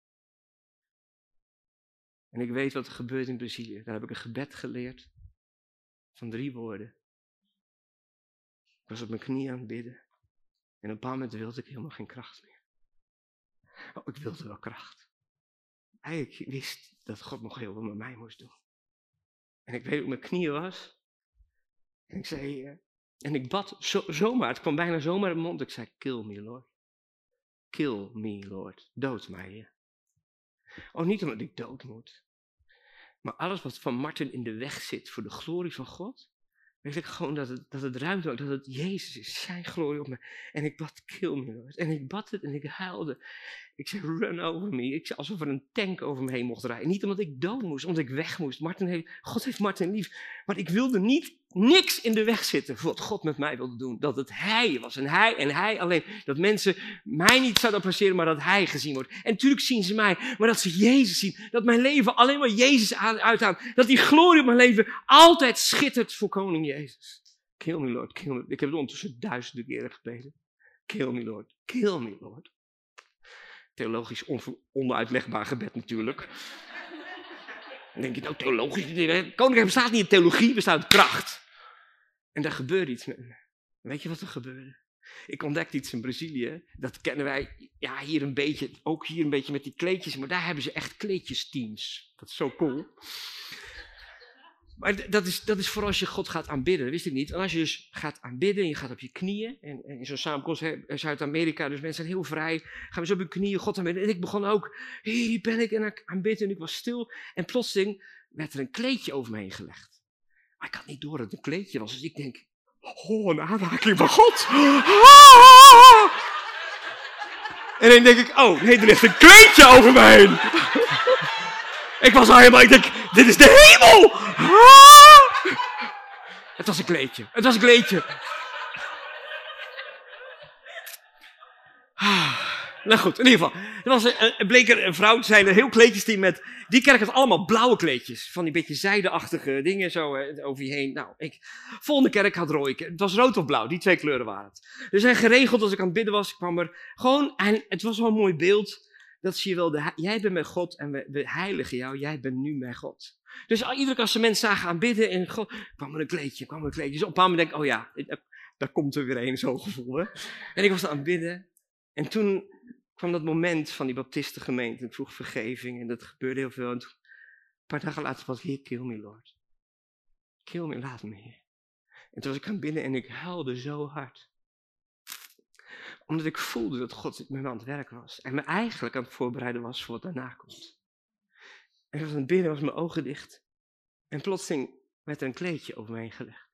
En ik weet wat er gebeurt in Brazilië. Daar heb ik een gebed geleerd van drie woorden. Ik was op mijn knieën aan het bidden. En op een bepaald moment wilde ik helemaal geen kracht meer. Oh, ik wilde wel kracht. Eigenlijk wist dat God nog heel veel met mij moest doen. En ik weet hoe ik mijn knieën was. En ik zei, uh, en ik bad zo, zomaar, het kwam bijna zomaar in mijn mond. Ik zei, kill me, Lord. Kill me, Lord. Dood mij, Heer. Oh, niet omdat ik dood moet. Maar alles wat van Martin in de weg zit voor de glorie van God, Weet ik gewoon dat het, dat het ruimte maakt, dat het Jezus is, zijn glorie op me. En ik bad, kill me, Lord. En ik bad het en ik huilde. Ik zei, run over me. Ik zei, alsof er een tank over me heen mocht rijden. Niet omdat ik dood moest, omdat ik weg moest. Martin heeft, God heeft Martin lief. Maar ik wilde niet, niks in de weg zitten voor wat God met mij wilde doen. Dat het Hij was en Hij en Hij alleen. Dat mensen mij niet zouden appreciëren, maar dat Hij gezien wordt. En natuurlijk zien ze mij, maar dat ze Jezus zien. Dat mijn leven alleen maar Jezus uithaalt. Dat die glorie op mijn leven altijd schittert voor koning Jezus. Kill me, Lord, kill me. Ik heb het ondertussen duizenden keren gebeden. Kill me, Lord, kill me, Lord. Theologisch on- onuitlegbaar gebed natuurlijk. Dan denk je, nou theologisch, koninkrijk bestaat niet in theologie, bestaat in kracht. En daar gebeurde iets met me. Weet je wat er gebeurde? Ik ontdekte iets in Brazilië, dat kennen wij ja, hier een beetje, ook hier een beetje met die kleedjes, maar daar hebben ze echt kleedjesteams. Dat is zo cool. Maar dat is, dat is voor als je God gaat aanbidden, dat wist ik niet. En als je dus gaat aanbidden en je gaat op je knieën, en, en in zo'n samenkomst in Zuid-Amerika, dus mensen zijn heel vrij, gaan we zo op je knieën God aanbidden. En ik begon ook, hier ben ik en ik aanbidden en ik was stil. En plotseling werd er een kleedje over me heen gelegd. Maar ik had niet door dat het een kleedje was, dus ik denk, oh, een aanraking van God. En dan denk ik, oh nee, er ligt een kleedje over me heen. Ik was al helemaal, ik denk, dit is de hemel! Ah! Het was een kleedje, het was een kleedje. Ah. Nou goed, in ieder geval. Er was een, een, bleek er een vrouw te zijn, een heel kleedjesteam met... Die kerk had allemaal blauwe kleedjes. Van die beetje zijdeachtige dingen zo hè, over je heen. Nou, ik... Volgende kerk had rode. Het was rood of blauw, die twee kleuren waren het. Dus en geregeld als ik aan het bidden was, kwam er gewoon... En het was wel een mooi beeld... Dat zie je wel, de, jij bent mijn God en we, we heiligen jou, jij bent nu mijn God. Dus iedere keer als ze mensen zagen aanbidden en God, kwam er een kleedje, kwam er een kleedje. Dus op een bepaald moment denk ik, oh ja, daar komt er weer een, zo'n gevoel. Hè? En ik was aan het bidden en toen kwam dat moment van die baptistengemeente. Ik vroeg vergeving en dat gebeurde heel veel. En toen, een paar dagen later was ik, hier, kill me Lord. Kill me, laat me hier. En toen was ik aan het bidden en ik huilde zo hard. Omdat ik voelde dat God met me aan het werk was. En me eigenlijk aan het voorbereiden was voor wat daarna komt. En ik was aan het bidden, was mijn ogen dicht. En plotseling werd er een kleedje over me heen gelegd.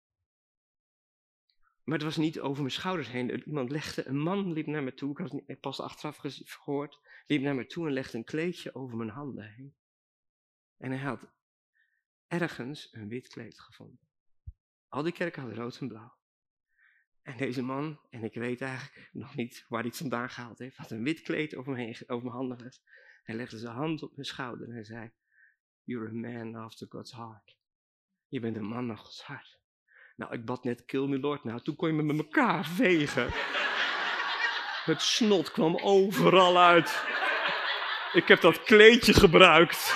Maar het was niet over mijn schouders heen. Iemand legde, een man liep naar me toe. Ik had het pas achteraf gehoord. Liep naar me toe en legde een kleedje over mijn handen heen. En hij had ergens een wit kleed gevonden. Al die kerken hadden rood en blauw. En deze man, en ik weet eigenlijk nog niet waar hij het vandaan gehaald heeft, had een wit kleed over me heen, over mijn handen gelegd. Hij legde zijn hand op mijn schouder en hij zei, you're a man after God's heart. Je bent een man naar Gods hart. Nou, ik bad net, kill me Lord. Nou, toen kon je me met elkaar vegen. Het snot kwam overal uit. Ik heb dat kleedje gebruikt.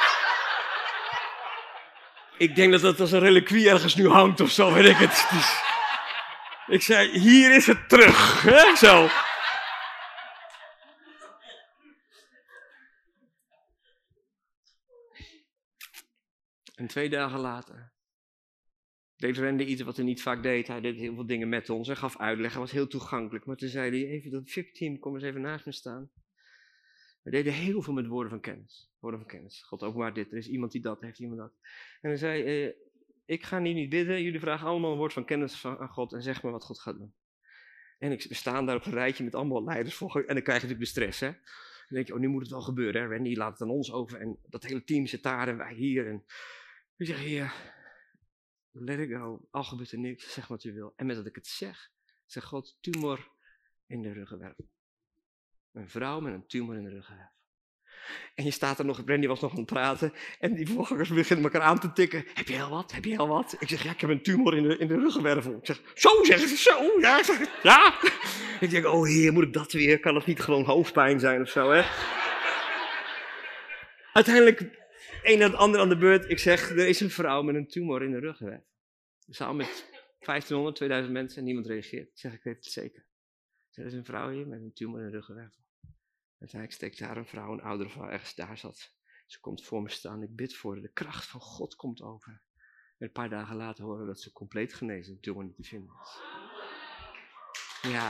Ik denk dat dat als een reliquie ergens nu hangt of zo, weet ik het. het is... Ik zei, hier is het terug. Hè? Zo. En twee dagen later deed Randy iets wat hij niet vaak deed. Hij deed heel veel dingen met ons. Hij gaf uitleg. Hij was heel toegankelijk. Maar toen zei hij, even dat V I P-team, kom eens even naast me staan. We deden heel veel met woorden van kennis. Woorden van kennis. God openbaart dit. Er is iemand die dat heeft, iemand dat. En hij zei, eh, ik ga nu niet bidden. Jullie vragen allemaal een woord van kennis van, aan God. En zeg maar wat God gaat doen. En ik, we staan daar op een rijtje met allemaal leiders voor. En dan krijg je natuurlijk de stress, hè. Dan denk je, oh, nu moet het wel gebeuren, hè. Randy laat het aan ons over. En dat hele team zit daar en wij hier. En ik zeg, heer, let it go. Al gebeurt er niks. Zeg wat u wil. En met dat ik het zeg, zegt God, tumor in de ruggenwervel. Een vrouw met een tumor in de ruggenwervel. En je staat er nog, Randy was nog aan het praten. En die voorgangers beginnen elkaar aan te tikken. Heb je heel wat? Heb je heel wat? Ik zeg, ja, ik heb een tumor in de, in de ruggenwervel. Ik zeg, zo zeggen ze, zo. Ja, ik zeg, ja. Ik denk, oh heer, moet ik dat weer? Kan het niet gewoon hoofdpijn zijn of zo, hè? Uiteindelijk, een na het ander aan de beurt. Ik zeg, er is een vrouw met een tumor in de ruggenwervel. We staan met vijftienhonderd, tweeduizend mensen en niemand reageert. Ik zeg, ik weet het zeker. Ik zeg, er is een vrouw hier met een tumor in de ruggenwervel. Uiteindelijk steekt daar een vrouw, een oudere vrouw, ergens daar zat. Ze komt voor me staan, ik bid voor haar. De kracht van God komt over. En een paar dagen later horen we dat ze compleet genezen en tumor niet te vinden is. Ja.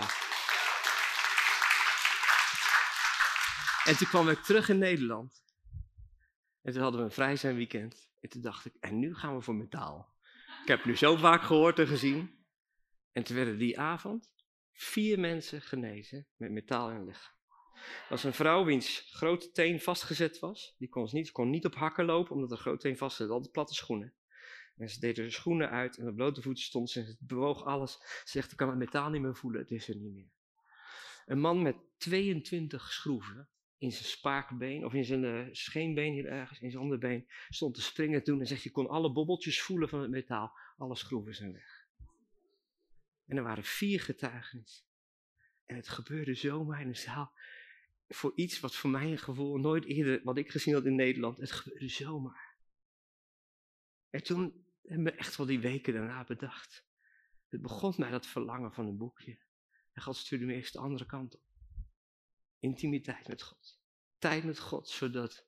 En toen kwam ik terug in Nederland. En toen hadden we een vrij zijn weekend. En toen dacht ik, en nu gaan we voor metaal. Ik heb het nu zo vaak gehoord en gezien. En toen werden die avond vier mensen genezen met metaal in het lichaam. Er was een vrouw wiens grote teen vastgezet was. Die kon niet, kon niet op hakken lopen, omdat de grote teen vast zat. Altijd platte schoenen. En ze deed haar schoenen uit en op blote voeten stond ze en ze bewoog alles. Ze zegt, ik kan het metaal niet meer voelen, het is er niet meer. Een man met tweeëntwintig schroeven in zijn spaakbeen, of in zijn uh, scheenbeen hier ergens, in zijn onderbeen, stond te springen toen en zegt, je kon alle bobbeltjes voelen van het metaal. Alle schroeven zijn weg. En er waren vier getuigenissen. En het gebeurde zomaar in de zaal. Voor iets wat voor mijn gevoel nooit eerder, wat ik gezien had in Nederland, het gebeurde zomaar. En toen hebben we echt wel die weken daarna bedacht. Het begon mij dat verlangen van een boekje. En God stuurde me eerst de andere kant op. Intimiteit met God. Tijd met God, zodat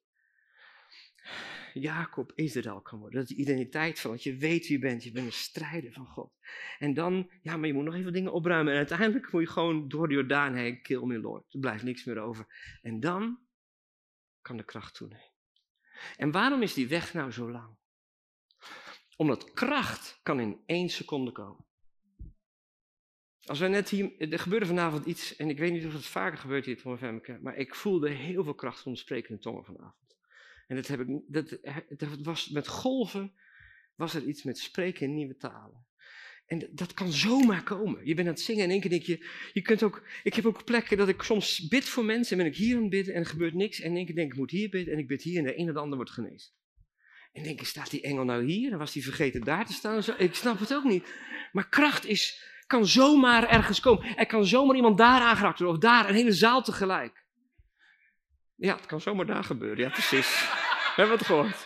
Jacob Israël kan worden. Dat die identiteit van, dat je weet wie je bent. Je bent een strijder van God. En dan, ja, maar je moet nog even dingen opruimen. En uiteindelijk moet je gewoon door de Jordaan heen, kill me Lord. Er blijft niks meer over. En dan kan de kracht toenemen. En waarom is die weg nou zo lang? Omdat kracht kan in één seconde komen. Als wij net hier, er gebeurde vanavond iets, en ik weet niet of het vaker gebeurt hier van Femmeke, maar ik voelde heel veel kracht van de sprekende tongen vanavond. En dat heb ik, dat, dat was met golven, was er iets met spreken in nieuwe talen. En dat kan zomaar komen. Je bent aan het zingen en in één keer denk je, je kunt ook, ik heb ook plekken dat ik soms bid voor mensen en ben ik hier aan het bidden en er gebeurt niks. En in één keer denk ik, ik moet hier bidden en ik bid hier en de een en de ander wordt genezen. En denk ik, staat die engel nou hier? En was die vergeten daar te staan? Zo? Ik snap het ook niet. Maar kracht is, kan zomaar ergens komen. Er kan zomaar iemand daar aangeraakt worden of daar, een hele zaal tegelijk. Ja, het kan zomaar daar gebeuren. Ja, precies. We hebben het gehoord.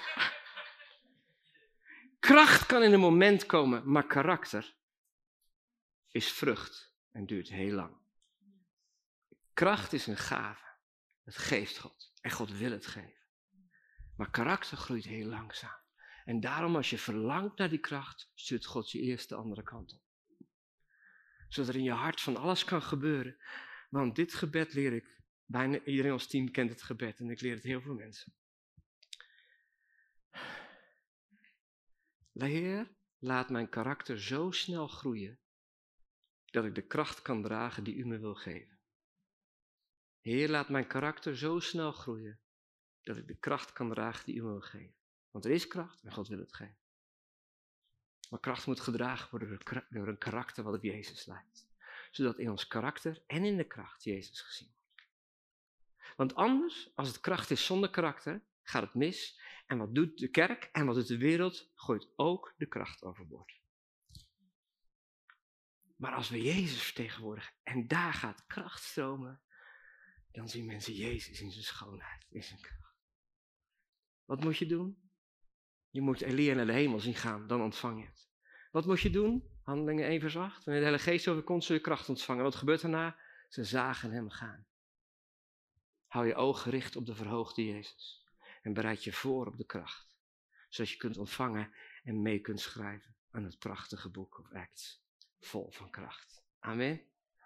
Kracht kan in een moment komen, maar karakter is vrucht en duurt heel lang. Kracht is een gave. Het geeft God. En God wil het geven. Maar karakter groeit heel langzaam. En daarom als je verlangt naar die kracht, stuurt God je eerst de andere kant op. Zodat er in je hart van alles kan gebeuren. Want dit gebed leer ik. Bijna iedereen als team kent het gebed. En ik leer het heel veel mensen. Heer, laat mijn karakter zo snel groeien. Dat ik de kracht kan dragen die u me wil geven. Heer, laat mijn karakter zo snel groeien. Dat ik de kracht kan dragen die u me wil geven. Want er is kracht en God wil het geven. Maar kracht moet gedragen worden door een karakter wat op Jezus lijkt. Zodat in ons karakter en in de kracht Jezus gezien wordt. Want anders, als het kracht is zonder karakter, gaat het mis. En wat doet de kerk en wat doet de wereld? Gooit ook de kracht overboord. Maar als we Jezus vertegenwoordigen en daar gaat kracht stromen, dan zien mensen Jezus in zijn schoonheid, in zijn kracht. Wat moet je doen? Je moet Elia naar de hemel zien gaan, dan ontvang je het. Wat moet je doen? Handelingen één vers acht. Wanneer de Heilige Geest overkomt, zul je kracht ontvangen. Wat gebeurt daarna? Ze zagen hem gaan. Hou je ogen gericht op de verhoogde Jezus. En bereid je voor op de kracht. Zodat je kunt ontvangen en mee kunt schrijven aan het prachtige boek of Acts. Vol van kracht. Amen.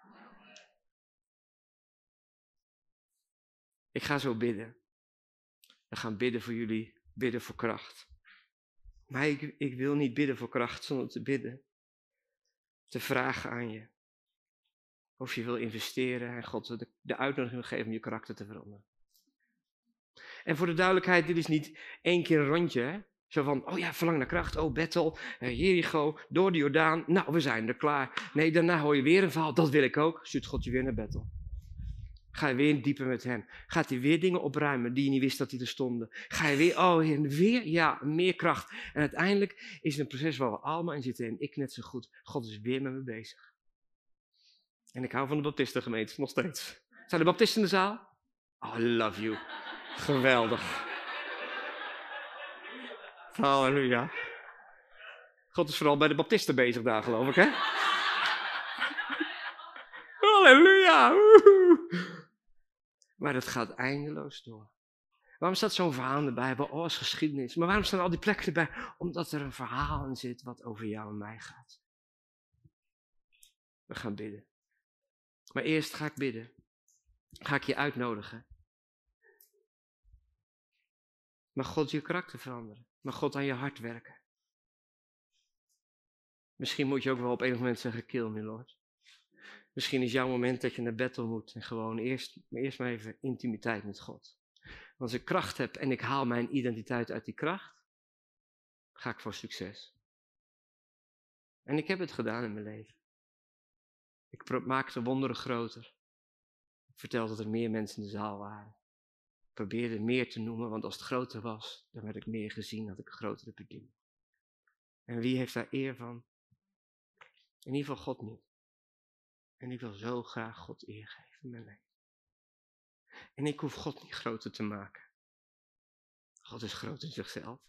Ik ga zo bidden. We gaan bidden voor jullie, bidden voor kracht. Maar ik, ik wil niet bidden voor kracht zonder te bidden. Te vragen aan je. Of je wil investeren en God de, de uitnodiging geven om je karakter te veranderen. En voor de duidelijkheid, dit is niet één keer een rondje. Hè? Zo van, oh ja, verlang naar kracht, oh Bethel, uh, Jericho, door de Jordaan. Nou, we zijn er klaar. Nee, daarna hoor je weer een verhaal, dat wil ik ook. Stuurt God je weer naar Bethel. Ga je weer dieper met hem. Gaat hij weer dingen opruimen die je niet wist dat die er stonden. Ga je weer, oh Heer, weer, ja, meer kracht. En uiteindelijk is het een proces waar we allemaal in zitten. En ik net zo goed. God is weer met me bezig. En ik hou van de baptistengemeente, nog steeds. Zijn er baptisten in de zaal? Oh, I love you. Geweldig. Halleluja. God is vooral bij de baptisten bezig daar, geloof ik, hè? Halleluja. Maar dat gaat eindeloos door. Waarom staat zo'n verhaal in de Bijbel? Oh, als geschiedenis. Maar waarom staan al die plekken erbij? Omdat er een verhaal in zit wat over jou en mij gaat. We gaan bidden. Maar eerst ga ik bidden. Ga ik je uitnodigen. Mag God je karakter veranderen. Mag God aan je hart werken. Misschien moet je ook wel op enig moment zeggen, kill me, Lord. Misschien is jouw moment dat je naar Bethel moet en gewoon eerst, eerst maar even intimiteit met God. Want als ik kracht heb en ik haal mijn identiteit uit die kracht, ga ik voor succes. En ik heb het gedaan in mijn leven. Ik maakte wonderen groter. Ik vertelde dat er meer mensen in de zaal waren. Ik probeerde meer te noemen, want als het groter was, dan werd ik meer gezien, had ik een grotere bediening. En wie heeft daar eer van? In ieder geval God niet. En ik wil zo graag God eer geven in mijn leven. En ik hoef God niet groter te maken. God is groot in zichzelf.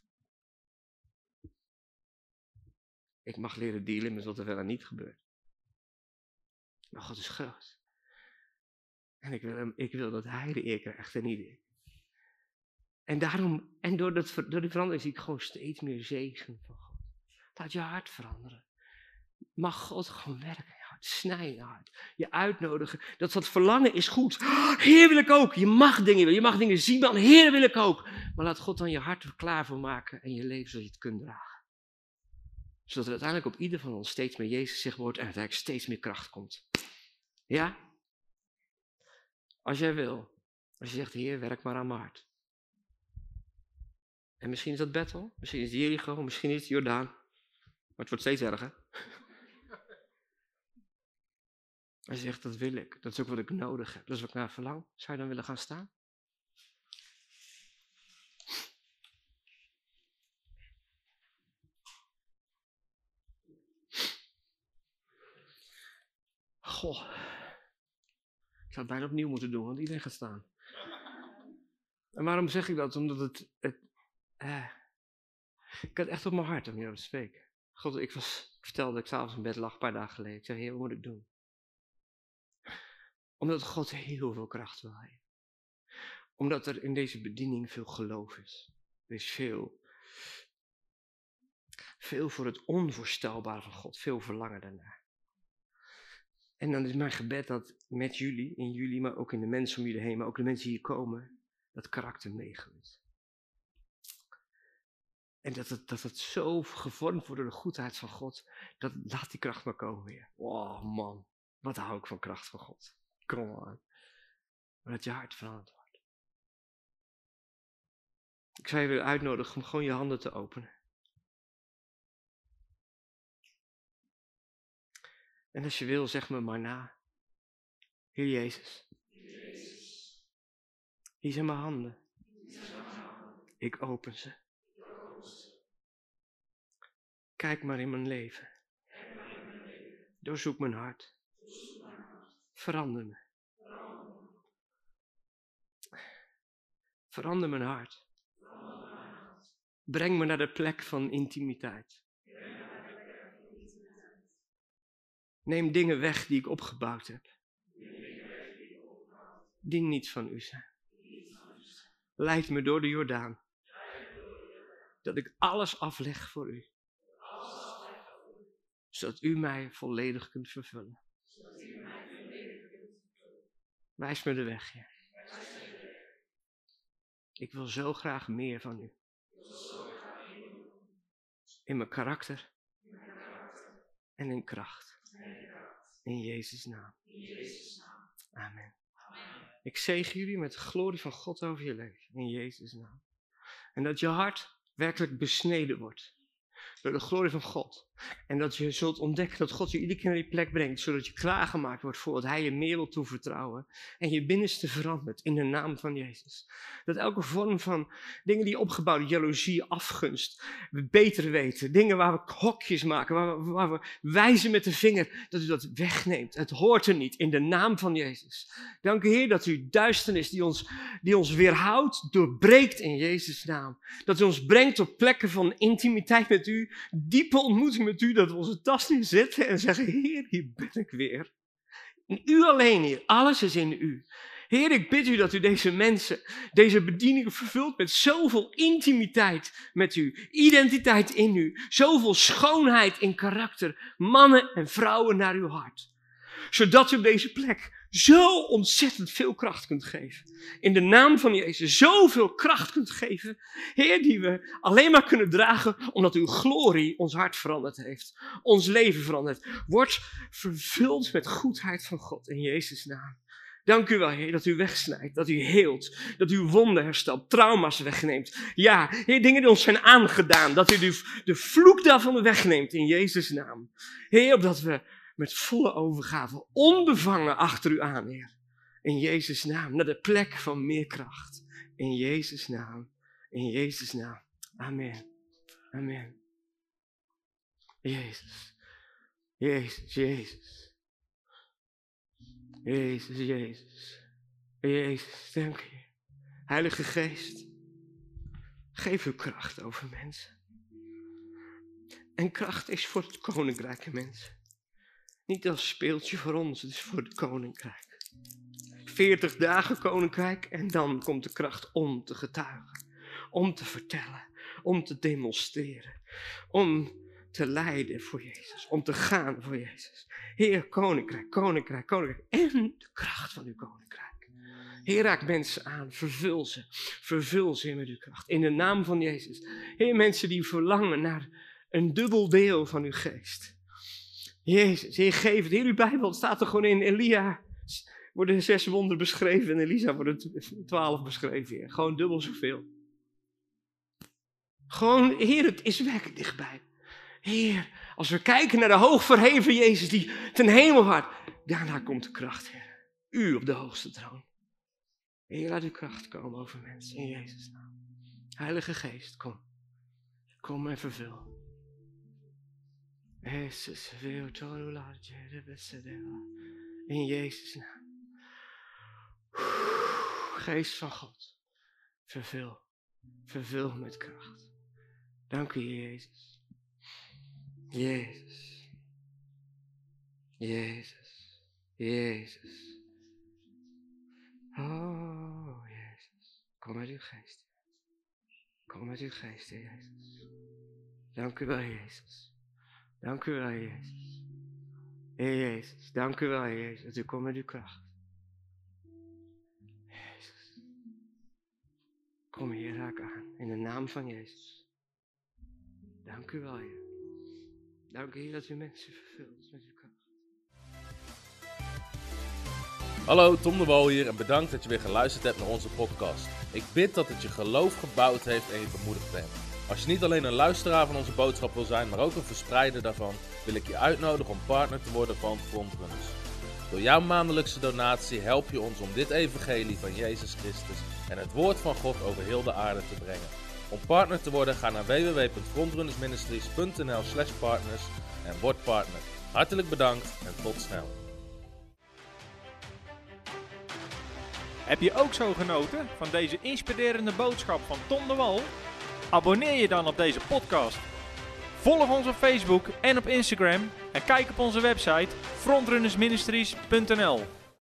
Ik mag leren dealen met wat er wel en niet gebeurt. Maar God is groot. En ik wil, hem, ik wil dat hij de eer krijgt en niet ik. En daarom, en door, dat, door die verandering zie ik gewoon steeds meer zegen van God. Laat je hart veranderen. Mag God gewoon werken in je hart, snijden in je hart. Je uitnodigen, dat dat verlangen is goed. Heer wil ik ook. Je mag dingen willen, je mag dingen zien, man. Heer wil ik ook. Maar laat God dan je hart er klaar voor maken en je leven zodat je het kunt dragen. Zodat er uiteindelijk op ieder van ons steeds meer Jezus zichtbaar wordt en uiteindelijk steeds meer kracht komt. Ja? Als jij wil. Als je zegt, Heer, werk maar aan mijn hart. En misschien is dat Bethel, misschien is het Jericho, misschien is het Jordaan. Maar het wordt steeds erger. Als je zegt, dat wil ik. Dat is ook wat ik nodig heb. Dat is wat ik naar verlang. Zou je dan willen gaan staan? Goh. Ik zou het bijna opnieuw moeten doen, want iedereen gaat staan. En waarom zeg ik dat? Omdat het... het eh, ik had echt op mijn hart om hierover te spreken. God, ik, was, ik vertelde dat ik s'avonds in bed lag, een paar dagen geleden. Ik zei, Heer, wat moet ik doen? Omdat God heel veel kracht wil hebben. Omdat er in deze bediening veel geloof is. Er is veel. Veel voor het onvoorstelbare van God. Veel verlangen daarnaar. En dan is mijn gebed dat met jullie, in jullie, maar ook in de mensen om jullie heen, maar ook de mensen die hier komen, dat karakter meegroeit. En dat het, dat het zo gevormd wordt door de goedheid van God, dat laat die kracht maar komen weer. Oh man, wat hou ik van kracht van God. Kom aan. Maar dat je hart veranderd wordt. Ik zou je willen uitnodigen om gewoon je handen te openen. En als je wil, zeg me maar na. Heer Jezus. Hier zijn mijn handen. Ik open ze. Kijk maar in mijn leven. Doorzoek mijn hart. Verander me. Verander mijn hart. Breng me naar de plek van intimiteit. Neem dingen weg die ik opgebouwd heb. Die niet van u zijn. Leid me door de Jordaan. Dat ik alles afleg voor u. Zodat u mij volledig kunt vervullen. Wijs me de weg, Heer. Ik wil zo graag meer van u. In mijn karakter. En in kracht. In Jezus' naam. Amen. Ik zegen jullie met de glorie van God over je leven. In Jezus' naam. En dat je hart werkelijk besneden wordt. Door de glorie van God. En dat je zult ontdekken dat God je iedere keer naar die plek brengt. Zodat je klaargemaakt wordt voor wat hij je meer wil toevertrouwen. En je binnenste verandert in de naam van Jezus. Dat elke vorm van dingen die opgebouwd, jaloezie, afgunst, we beter weten. Dingen waar we hokjes maken, waar we, waar we wijzen met de vinger. Dat u dat wegneemt. Het hoort er niet in de naam van Jezus. Dank u Heer dat u duisternis die ons, die ons weerhoudt, doorbreekt in Jezus' naam. Dat u ons brengt op plekken van intimiteit met u. Diepe ontmoeting met u, dat we onze tas inzetten en zeggen, Heer, hier ben ik weer. In u alleen, Heer, alles is in u. Heer, ik bid u dat u deze mensen, deze bedieningen vervult met zoveel intimiteit met u, identiteit in u, zoveel schoonheid in karakter, mannen en vrouwen naar uw hart. Zodat u op deze plek zo ontzettend veel kracht kunt geven. In de naam van Jezus zoveel kracht kunt geven. Heer, die we alleen maar kunnen dragen omdat uw glorie ons hart veranderd heeft. Ons leven veranderd. Word vervuld met goedheid van God in Jezus' naam. Dank u wel, Heer, dat u wegsnijdt, dat u heelt, dat u wonden herstelt, trauma's wegneemt. Ja, Heer, dingen die ons zijn aangedaan, dat u de, de vloek daarvan wegneemt in Jezus' naam. Heer, opdat we met volle overgave, onbevangen achter u aan, Heer. In Jezus' naam, naar de plek van meer kracht. In Jezus' naam, in Jezus' naam. Amen. Amen. Jezus, Jezus, Jezus. Jezus, Jezus, Jezus, dank je. Heilige Geest, geef uw kracht over mensen. En kracht is voor het koninkrijk, mensen. Niet als speeltje voor ons, het is voor het koninkrijk. Veertig dagen koninkrijk en dan komt de kracht om te getuigen. Om te vertellen, om te demonstreren, om te lijden voor Jezus, om te gaan voor Jezus. Heer, koninkrijk, koninkrijk, koninkrijk en de kracht van uw koninkrijk. Heer, raak mensen aan, vervul ze, vervul ze met uw kracht. In de naam van Jezus. Heer, mensen die verlangen naar een dubbel deel van uw geest. Jezus, Heer, geef het. Heer, uw Bijbel staat er gewoon in. Elia worden zes wonderen beschreven en Elisa worden twaalf beschreven. Heer. Gewoon dubbel zoveel. Gewoon, Heer, het is werkelijk dichtbij. Heer, als we kijken naar de hoogverheven Jezus die ten hemel gaat, daarna komt de kracht, Heer. U op de hoogste troon. Heer, laat uw kracht komen over mensen in Jezus' naam. Heilige Geest, kom. Kom en vervul. Jezus, in Jezus' naam. Geest van God, vervul. Vervul met kracht. Dank u, Jezus. Jezus. Jezus. Jezus. Oh, Jezus. Kom met uw geest. Kom met uw geest, Heer Jezus. Dank u wel, Jezus. Dank u wel, Jezus. Heer Jezus. Dank u wel, Jezus, dat u komt met uw kracht. Jezus. Kom hier, raak aan. In de naam van Jezus. Dank u wel, Heer. Dank u, Heer, dat u mensen vervult met uw kracht. Hallo, Tom de Wal hier en bedankt dat je weer geluisterd hebt naar onze podcast. Ik bid dat het je geloof gebouwd heeft en je bemoedigd bent. Als je niet alleen een luisteraar van onze boodschap wil zijn, maar ook een verspreider daarvan, wil ik je uitnodigen om partner te worden van Frontrunners. Door jouw maandelijkse donatie help je ons om dit evangelie van Jezus Christus en het woord van God over heel de aarde te brengen. Om partner te worden, ga naar w w w punt frontrunnersministries punt n l slash partners en word partner. Hartelijk bedankt en tot snel. Heb je ook zo genoten van deze inspirerende boodschap van Tom de Wal? Abonneer je dan op deze podcast. Volg ons op Facebook en op Instagram en kijk op onze website frontrunnersministries punt n l.